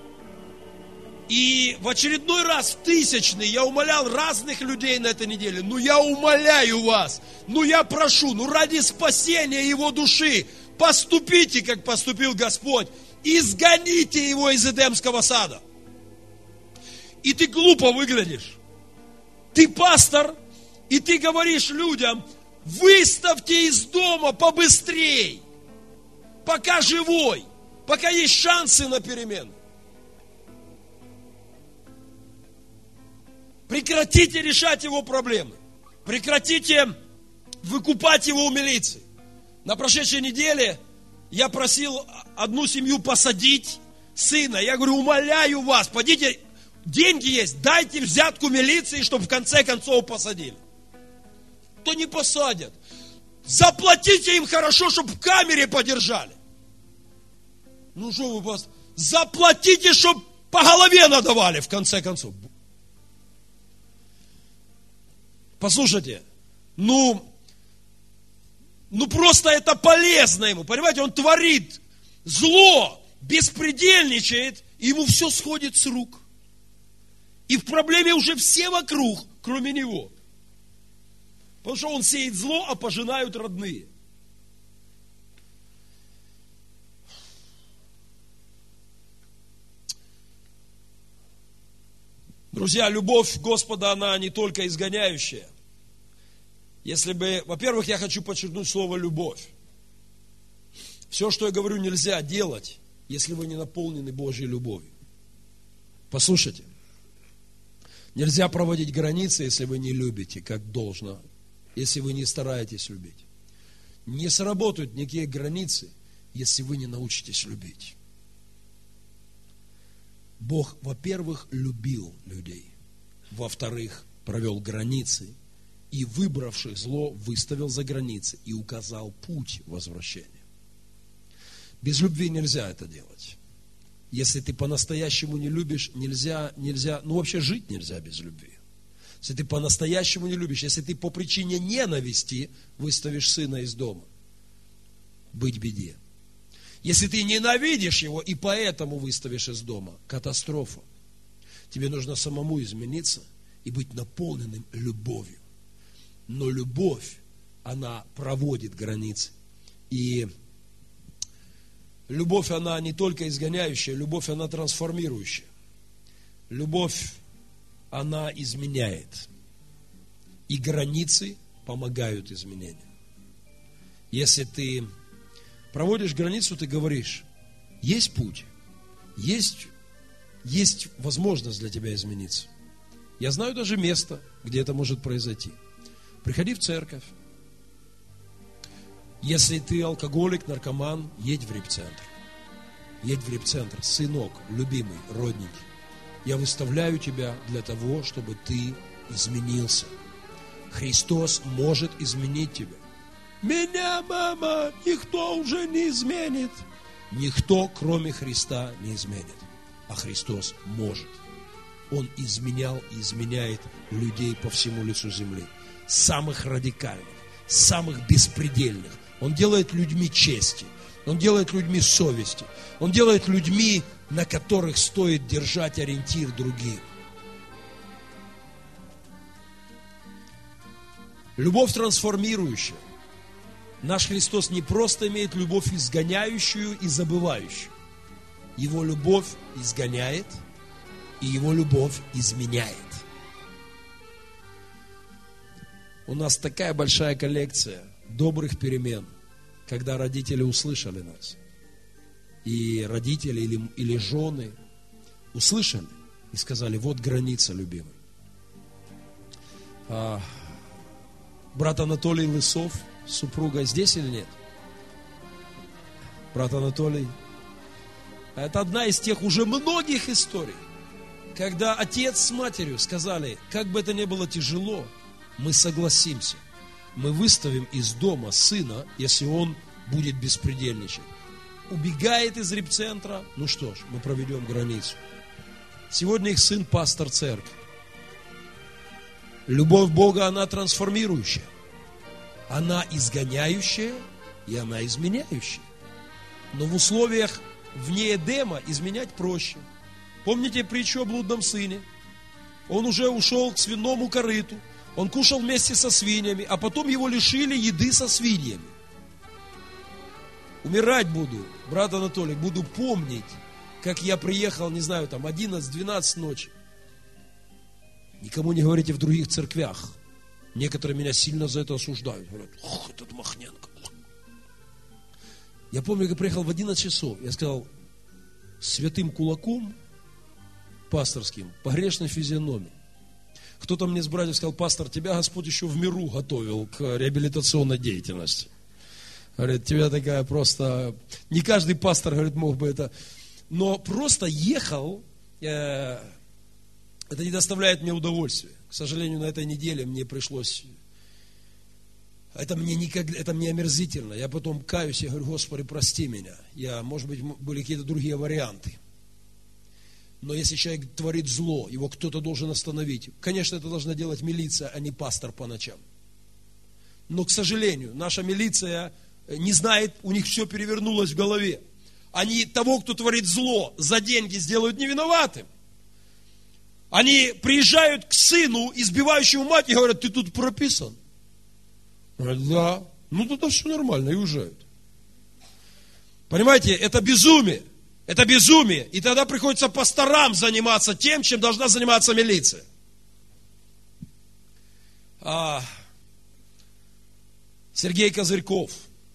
И в очередной раз, в тысячный, я умолял разных людей на этой неделе, ну я умоляю вас, ну я прошу, ну ради спасения его души, поступите, как поступил Господь, изгоните его из Эдемского сада. И ты глупо выглядишь. Ты пастор, и ты говоришь людям, выставьте из дома побыстрей, пока живой, пока есть шансы на перемены. Прекратите решать его проблемы. Прекратите выкупать его у милиции. На прошедшей неделе я просил одну семью посадить сына. Я говорю, умоляю вас, пойдите, деньги есть, дайте взятку милиции, чтобы в конце концов посадили. То не посадят. Заплатите им хорошо, чтобы в камере подержали. Ну что вы, пастор? Заплатите, чтобы по голове надавали в конце концов. Послушайте, ну, ну просто это полезно ему, понимаете, он творит зло, беспредельничает, и ему все сходит с рук. И в проблеме уже все вокруг, кроме него. Потому что он сеет зло, а пожинают родные. Друзья, любовь Господа, она не только изгоняющая. Если бы, во-первых, я хочу подчеркнуть слово «любовь». Все, что я говорю, нельзя делать, если вы не наполнены Божьей любовью. Послушайте, нельзя проводить границы, если вы не любите, как должно, если вы не стараетесь любить. Не сработают никакие границы, если вы не научитесь любить. Бог, во-первых, любил людей, во-вторых, провел границы, и выбравших зло выставил за границы и указал путь возвращения. Без любви нельзя это делать. Если ты по-настоящему не любишь, нельзя, нельзя, ну вообще жить нельзя без любви. если ты по-настоящему не любишь, если ты по причине ненависти выставишь сына из дома, быть беде. Если ты ненавидишь его и поэтому выставишь из дома, катастрофа. Тебе нужно самому измениться и быть наполненным любовью. Но любовь, она проводит границы. И любовь, она не только изгоняющая, любовь, она трансформирующая. Любовь, она изменяет. И границы помогают изменению. Если ты проводишь границу, ты говоришь, есть путь, есть, есть возможность для тебя измениться. Я знаю даже место, где это может произойти. Приходи в церковь. Если ты алкоголик, наркоман, едь в репцентр. Едь в репцентр, сынок, любимый, родненький. Я выставляю тебя для того, чтобы ты изменился. Христос может изменить тебя. Меня, мама, никто уже не изменит. Никто, кроме Христа, не изменит. А Христос может. Он изменял и изменяет людей по всему лицу земли. Самых радикальных, самых беспредельных. Он делает людьми чести. Он делает людьми совести. Он делает людьми, на которых стоит держать ориентир другим. Любовь трансформирующая. Наш Христос не просто имеет любовь изгоняющую и забывающую. Его любовь изгоняет, и Его любовь изменяет. У нас такая большая коллекция добрых перемен, когда родители услышали нас. И родители или, или жены услышали и сказали, вот граница, любимый. А, брат Анатолий Лысов, супруга здесь или нет? Брат Анатолий. Это одна из тех уже многих историй, когда отец с матерью сказали, как бы это ни было тяжело, мы согласимся. Мы выставим из дома сына, если он будет беспредельничать. Убегает из репцентра, ну что ж, мы проведем границу. Сегодня их сын пастор церкви. Любовь Бога, она трансформирующая. Она изгоняющая и она изменяющая. Но в условиях вне Эдема изменять проще. Помните притчу о блудном сыне? Он уже ушел к свиному корыту. Он кушал вместе со свиньями, а потом его лишили еды со свиньями. Умирать буду, брат Анатолий, буду помнить, как я приехал, не знаю, там одиннадцать-двенадцать ночи. Никому не говорите в других церквях. Некоторые меня сильно за это осуждают. Говорят, ох, этот Махненко. Я помню, как приехал в одиннадцать часов, я сказал, святым кулаком пасторским, по грешной физиономии. Кто-то мне с братьев сказал, пастор, тебя Господь еще в миру готовил к реабилитационной деятельности. Говорит, тебя такая просто... Не каждый пастор, говорит, мог бы это... Но просто ехал, э, это не доставляет мне удовольствия. К сожалению, на этой неделе мне пришлось... Это мне, никогда, это мне омерзительно. Я потом каюсь, я говорю, Господи, прости меня. Я, может быть, были какие-то другие варианты. Но если человек творит зло, его кто-то должен остановить. Конечно, это должна делать милиция, а не пастор по ночам. Но, к сожалению, наша милиция не знает, у них все перевернулось в голове. Они того, кто творит зло, за деньги сделают невиноватым. Они приезжают к сыну, избивающему мать, и говорят, ты тут прописан. Говорят, да, ну тогда все нормально, и уезжают. Понимаете, это безумие. Это безумие. И тогда приходится пасторам заниматься тем, чем должна заниматься милиция. А, Сергей Козырьков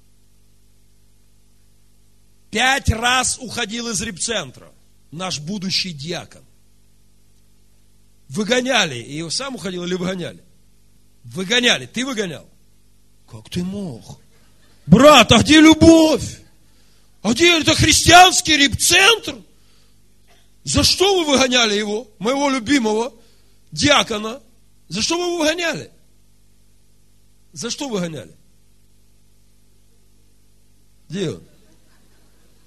пять раз уходил из репцентра. Наш будущий диакон. Выгоняли. И сам уходил или выгоняли? Выгоняли. Ты выгонял? Как ты мог? Брат, а где любовь? А где это христианский репцентр? За что вы выгоняли его, моего любимого диакона? За что вы его выгоняли? За что выгоняли? Где он?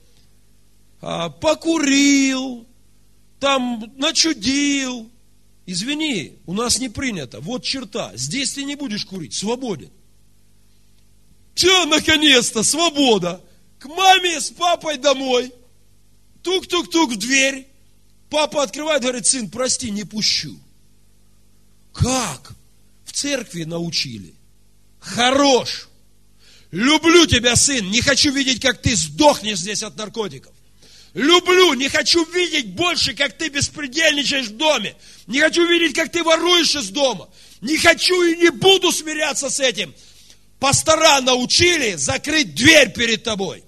А, покурил, там начудил. извини, у нас не принято, вот черта, здесь ты не будешь курить, свободен. Че, наконец-то, свобода. К маме с папой домой. Тук-тук-тук в дверь. Папа открывает, говорит, сын, прости, не пущу. Как? В церкви научили. Хорош. Люблю тебя, сын, не хочу видеть, как ты сдохнешь здесь от наркотиков. Люблю, не хочу видеть больше, как ты беспредельничаешь в доме. Не хочу видеть, как ты воруешь из дома. Не хочу и не буду смиряться с этим. Пастора научили закрыть дверь перед тобой.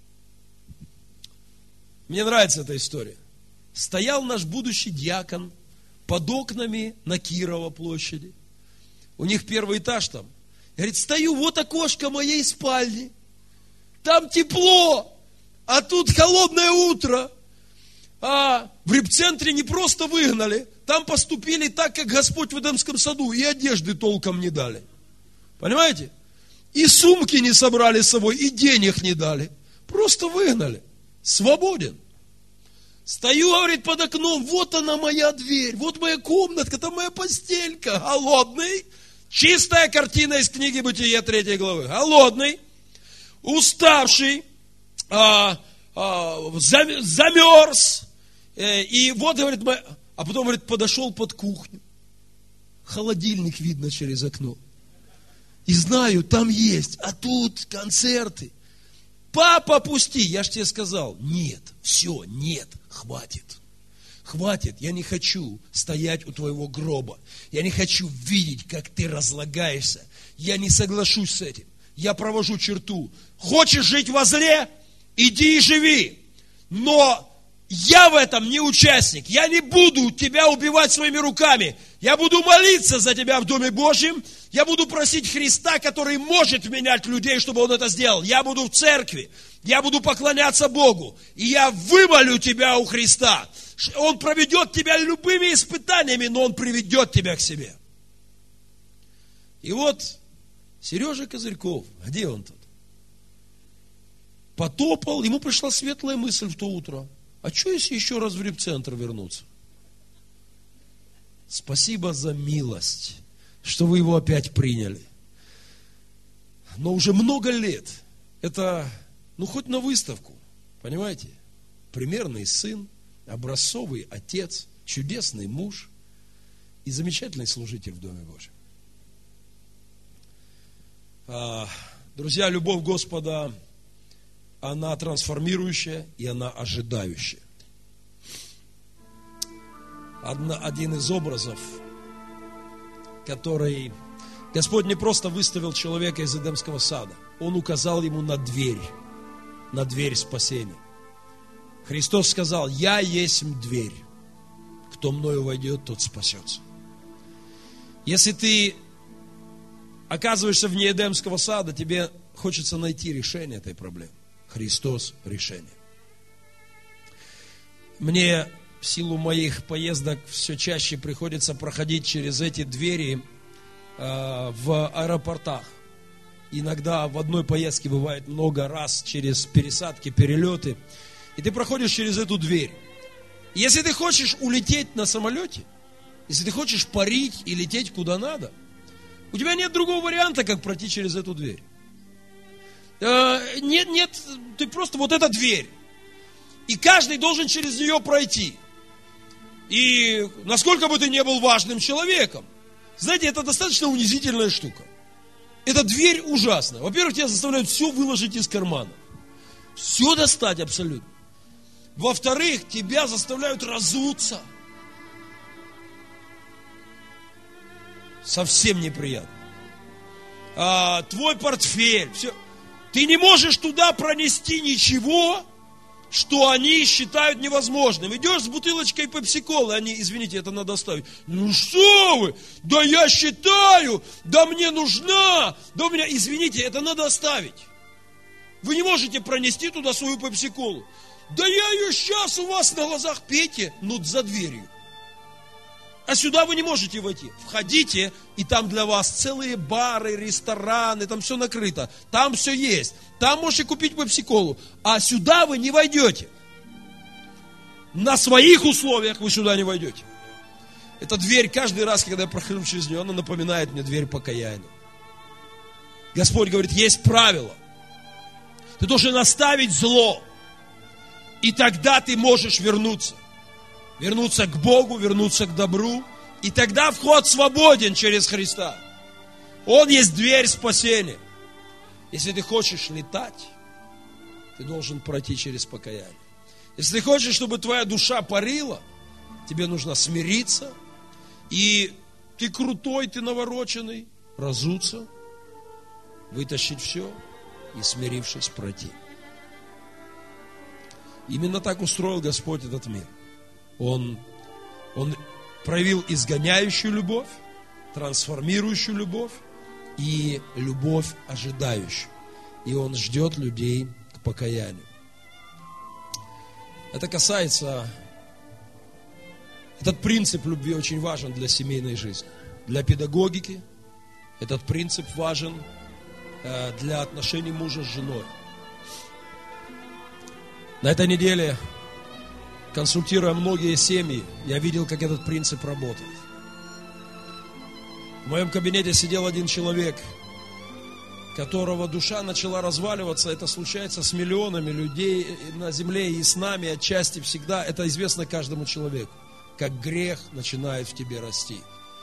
Мне нравится эта история. Стоял наш будущий диакон под окнами на Кирова площади. У них первый этаж там. Говорит, стою, вот окошко моей спальни. Там тепло, а тут холодное утро. А в репцентре не просто выгнали, там поступили так, как Господь в Эдемском саду, и одежды толком не дали. Понимаете? И сумки не собрали с собой, и денег не дали. Просто выгнали. Свободен. Стою, говорит, под окном, вот она моя дверь, вот моя комнатка, там моя постелька. Голодный. Чистая картина из книги Бытия третьей главы. Голодный, уставший, а, а, замерз. И вот, говорит, а потом, говорит, подошел под кухню. Холодильник видно через окно. И знаю, там есть, а тут концерты. Папа, пусти, я ж тебе сказал. Нет, все, нет, хватит. Хватит, я не хочу стоять у твоего гроба. Я не хочу видеть, как ты разлагаешься. Я не соглашусь с этим. Я провожу черту. Хочешь жить во зле? Иди и живи. Но я в этом не участник. Я не буду тебя убивать своими руками. Я буду молиться за тебя в Доме Божьем. Я буду просить Христа, который может менять людей, чтобы Он это сделал. Я буду в церкви. Я буду поклоняться Богу. И я вымолю тебя у Христа. Он проведет тебя любыми испытаниями, но Он приведет тебя к себе. И вот Сережа Козырьков, где он тут? Потопал, ему пришла светлая мысль в то утро. А что, если еще раз в репцентр вернуться? Спасибо за милость, что вы его опять приняли. Но уже много лет, это, ну, хоть на выставку, понимаете? Примерный сын, образцовый отец, чудесный муж и замечательный служитель в Доме Божьем. Друзья, любовь Господа, она трансформирующая и она ожидающая. Одна, один из образов, который Господь не просто выставил человека из Эдемского сада, Он указал ему на дверь, на дверь спасения. Христос сказал, я есть дверь, кто мною войдет, тот спасется. Если ты оказываешься вне Эдемского сада, тебе хочется найти решение этой проблемы. Христос – решение. Мне в силу моих поездок все чаще приходится проходить через эти двери э, в аэропортах. Иногда в одной поездке бывает много раз через пересадки, перелеты. И ты проходишь через эту дверь. И если ты хочешь улететь на самолете, если ты хочешь парить и лететь куда надо, у тебя нет другого варианта, как пройти через эту дверь. Э, нет, нет, ты просто вот эта дверь. И каждый должен через нее пройти. И насколько бы ты не был важным человеком, знаете, это достаточно унизительная штука. Эта дверь ужасная. Во-первых, тебя заставляют все выложить из кармана. Все достать абсолютно. Во-вторых, тебя заставляют разуться. Совсем неприятно. А, твой портфель. Все. Ты не можешь туда пронести ничего, что они считают невозможным. Идешь с бутылочкой пепси-колы, они, извините, это надо оставить. Ну что вы? Да я считаю, да мне нужна, да у меня, извините, это надо оставить. Вы не можете пронести туда свою пепси-колу. Да я ее сейчас у вас на глазах, пейте, но за дверью. А сюда вы не можете войти. Входите, и там для вас целые бары, рестораны, там все накрыто. Там все есть. Там можете купить пепси-колу. А сюда вы не войдете. На своих условиях вы сюда не войдете. Эта дверь, каждый раз, когда я прохожу через нее, она напоминает мне дверь покаяния. Господь говорит, есть правило. Ты должен оставить зло. И тогда ты можешь вернуться. Вернуться к Богу, вернуться к добру. И тогда вход свободен через Христа. Он есть дверь спасения. Если ты хочешь летать, ты должен пройти через покаяние. Если ты хочешь, чтобы твоя душа парила, тебе нужно смириться. И ты крутой, ты навороченный, разуться, вытащить все и, смирившись, пройти. Именно так устроил Господь этот мир. Он, он проявил изгоняющую любовь, трансформирующую любовь и любовь ожидающую. И Он ждет людей к покаянию. Это касается... Этот принцип любви очень важен для семейной жизни. Для педагогики этот принцип важен для отношений мужа с женой. На этой неделе, консультируя многие семьи, я видел, как этот принцип работает. В моем кабинете сидел один человек, которого душа начала разваливаться. Это случается с миллионами людей на земле и с нами отчасти всегда. Это известно каждому человеку, как грех начинает в тебе расти.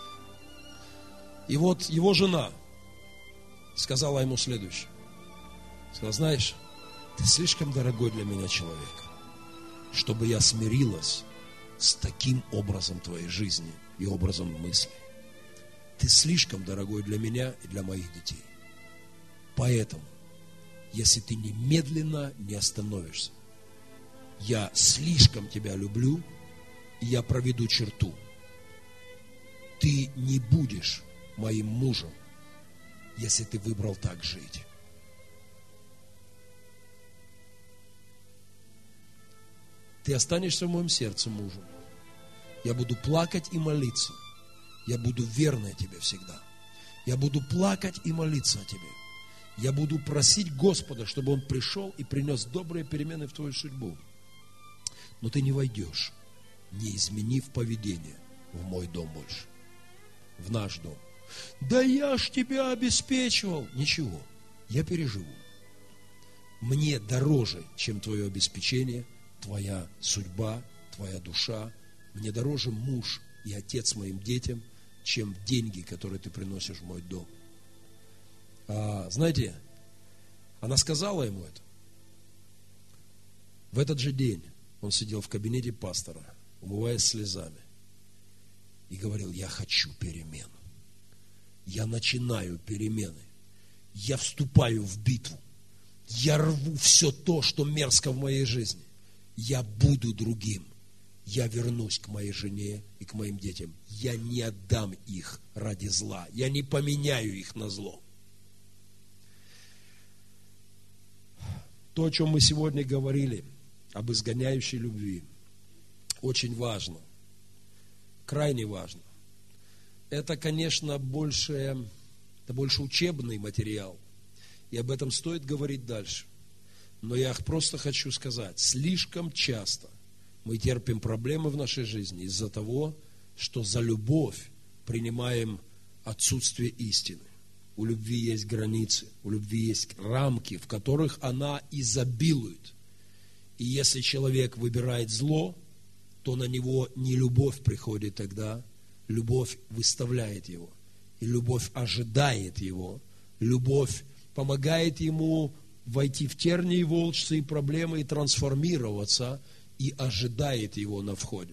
И вот его жена сказала ему следующее. Сказала, знаешь, ты слишком дорогой для меня человек, чтобы я смирилась с таким образом твоей жизни и образом мысли. Ты слишком дорогой для меня и для моих детей. Поэтому, если ты немедленно не остановишься, я слишком тебя люблю, и я проведу черту. Ты не будешь моим мужем, если ты выбрал так жить. Ты останешься в моем сердце мужем. Я буду плакать и молиться. Я буду верной тебе всегда. Я буду плакать и молиться о тебе. Я буду просить Господа, чтобы Он пришел и принес добрые перемены в твою судьбу. Но ты не войдешь, не изменив поведение в мой дом больше, в наш дом. Да я ж тебя обеспечивал. Ничего, я переживу. Мне дороже, чем твое обеспечение, твоя судьба, твоя душа. Мне дороже муж и отец моим детям, чем деньги, которые ты приносишь в мой дом. А, знаете, она сказала ему это. В этот же день он сидел в кабинете пастора, умываясь слезами, и говорил, я хочу перемен. Я начинаю перемены. Я вступаю в битву. Я рву все то, что мерзко в моей жизни. Я буду другим. Я вернусь к моей жене и к моим детям. Я не отдам их ради зла. Я не поменяю их на зло. То, о чем мы сегодня говорили, об изгоняющей любви, очень важно. Крайне важно. Это, конечно, больше, это больше учебный материал. И об этом стоит говорить дальше. Но я просто хочу сказать, слишком часто мы терпим проблемы в нашей жизни из-за того, что за любовь принимаем отсутствие истины. У любви есть границы, у любви есть рамки, в которых она изобилует. И если человек выбирает зло, то на него не любовь приходит тогда, любовь выставляет его. И любовь ожидает его. Любовь помогает ему войти в тернии и волчцы и проблемы и трансформироваться, и ожидает его на входе.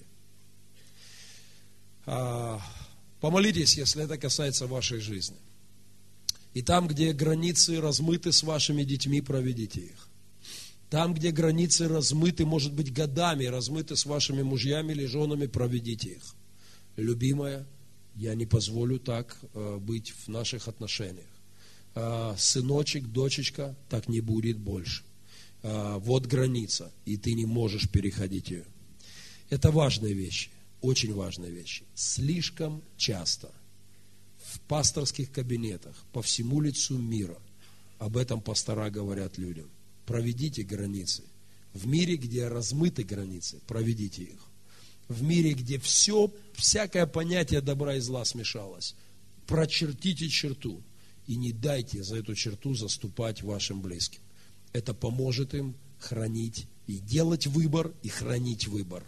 Помолитесь, если это касается вашей жизни. И там, где границы размыты с вашими детьми, проведите их. Там, где границы размыты, может быть, годами размыты с вашими мужьями или женами, проведите их. Любимая, я не позволю так э, быть в наших отношениях. Э, сыночек, дочечка, так не будет больше. Э, вот граница, и ты не можешь переходить ее. Это важные вещи, очень важные вещи. Слишком часто в пасторских кабинетах по всему лицу мира об этом пастора говорят людям. Проведите границы. В мире, где размыты границы, проведите их. В мире, где все всякое понятие добра и зла смешалось. Прочертите черту и не дайте за эту черту заступать вашим близким. Это поможет им хранить и делать выбор, и хранить выбор.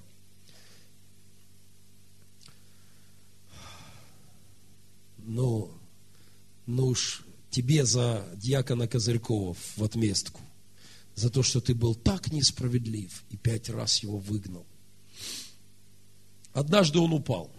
Ну, ну уж тебе за дьякона Козырькова в отместку, за то, что ты был так несправедлив и пять раз его выгнал. Однажды он упал.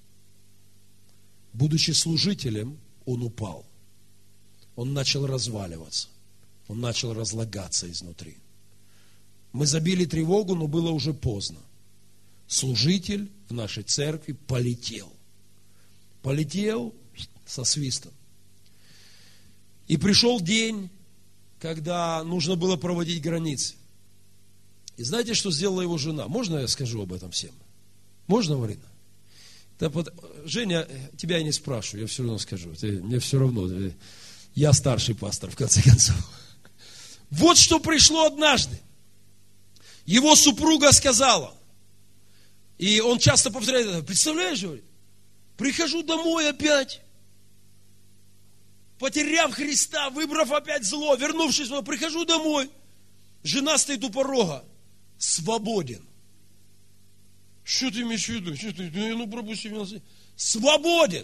Будучи служителем, он упал. Он начал разваливаться. Он начал разлагаться изнутри. Мы забили тревогу, но было уже поздно. Служитель в нашей церкви полетел. Полетел со свистом. И пришел день, когда нужно было проводить границы. И знаете, что сделала его жена? Можно я скажу об этом всем? Можно, Марина? Да, под... Женя, тебя я не спрашиваю, я все равно скажу. Ты, мне все равно. Я старший пастор, в конце концов. Вот что пришло однажды. Его супруга сказала, и он часто повторяет это, представляешь, говорит, прихожу домой опять, потеряв Христа, выбрав опять зло, вернувшись, прихожу домой, жена стоит у порога, свободен. Что ты имеешь в виду? Что ты, ну пропусти меня. Свободен.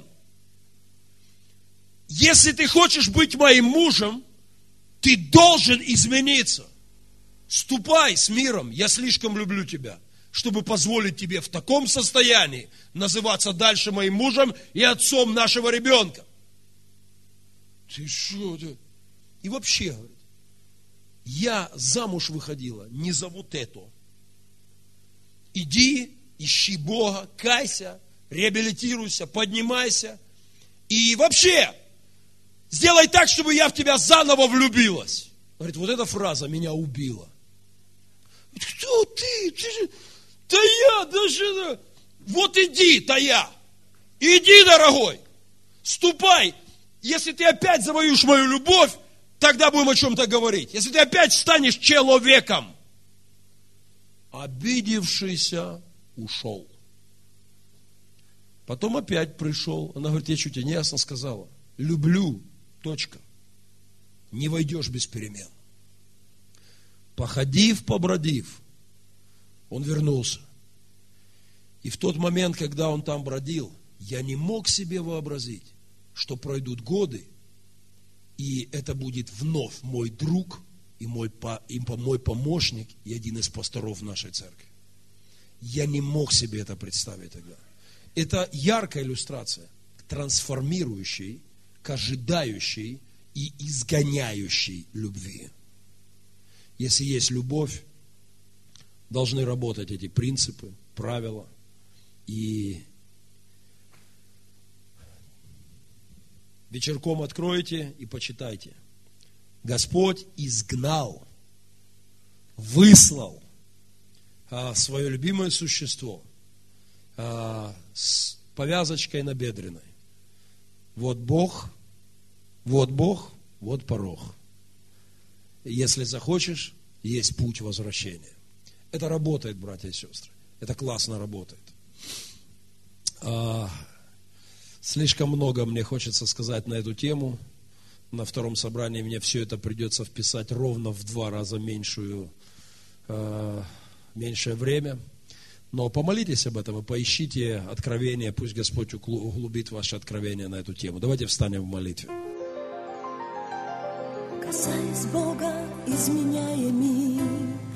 Если ты хочешь быть моим мужем, ты должен измениться. Ступай с миром, я слишком люблю тебя, чтобы позволить тебе в таком состоянии называться дальше моим мужем и отцом нашего ребенка. Ты что? Ты? И вообще, говорит, я замуж выходила не за вот это. Иди, ищи Бога, кайся, реабилитируйся, поднимайся. И вообще, сделай так, чтобы я в тебя заново влюбилась. Говорит, вот эта фраза меня убила. Кто ты? Ты же... Да я, даже... Вот иди, то я. Иди, дорогой. Ступай. Если ты опять завоюешь мою любовь, тогда будем о чем-то говорить. Если ты опять станешь человеком. Обидевшийся ушел. Потом опять пришел. Она говорит, я чуть не ясно сказала. Люблю. Точка. Не войдешь без перемен. Походив, побродив, он вернулся. И в тот момент, когда он там бродил, я не мог себе вообразить, что пройдут годы, и это будет вновь мой друг и мой, и мой помощник, и один из пасторов нашей церкви. Я не мог себе это представить тогда. Это яркая иллюстрация к трансформирующей, к ожидающей и изгоняющей любви. Если есть любовь, должны работать эти принципы, правила. И вечерком откройте и почитайте. Господь изгнал, выслал а, свое любимое существо а, с повязочкой набедренной. Вот Бог, вот Бог, вот порог. Если захочешь, есть путь возвращения. Это работает, братья и сестры. Это классно работает. А, слишком много мне хочется сказать на эту тему. На втором собрании мне все это придется вписать ровно в два раза меньшую, а, меньшее время. Но помолитесь об этом и поищите откровение. Пусть Господь углубит ваше откровение на эту тему. Давайте встанем в молитве. Касаясь Бога, изменяя мир,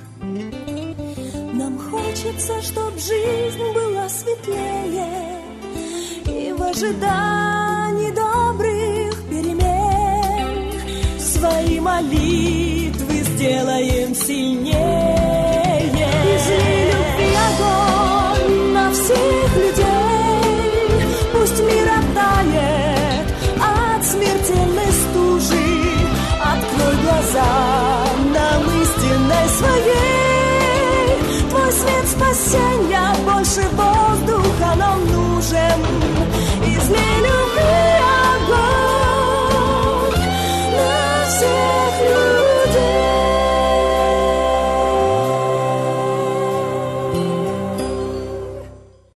нам хочется, чтоб жизнь была светлее, и в ожидании добрых перемен свои молитвы сделаем сильнее. Изли любви огонь на всех людей, пусть мир оттает от смертельной стужи. Открой глаза нам истинной своей. Твой свет спасения больше воздуха нам нужен. Излей любви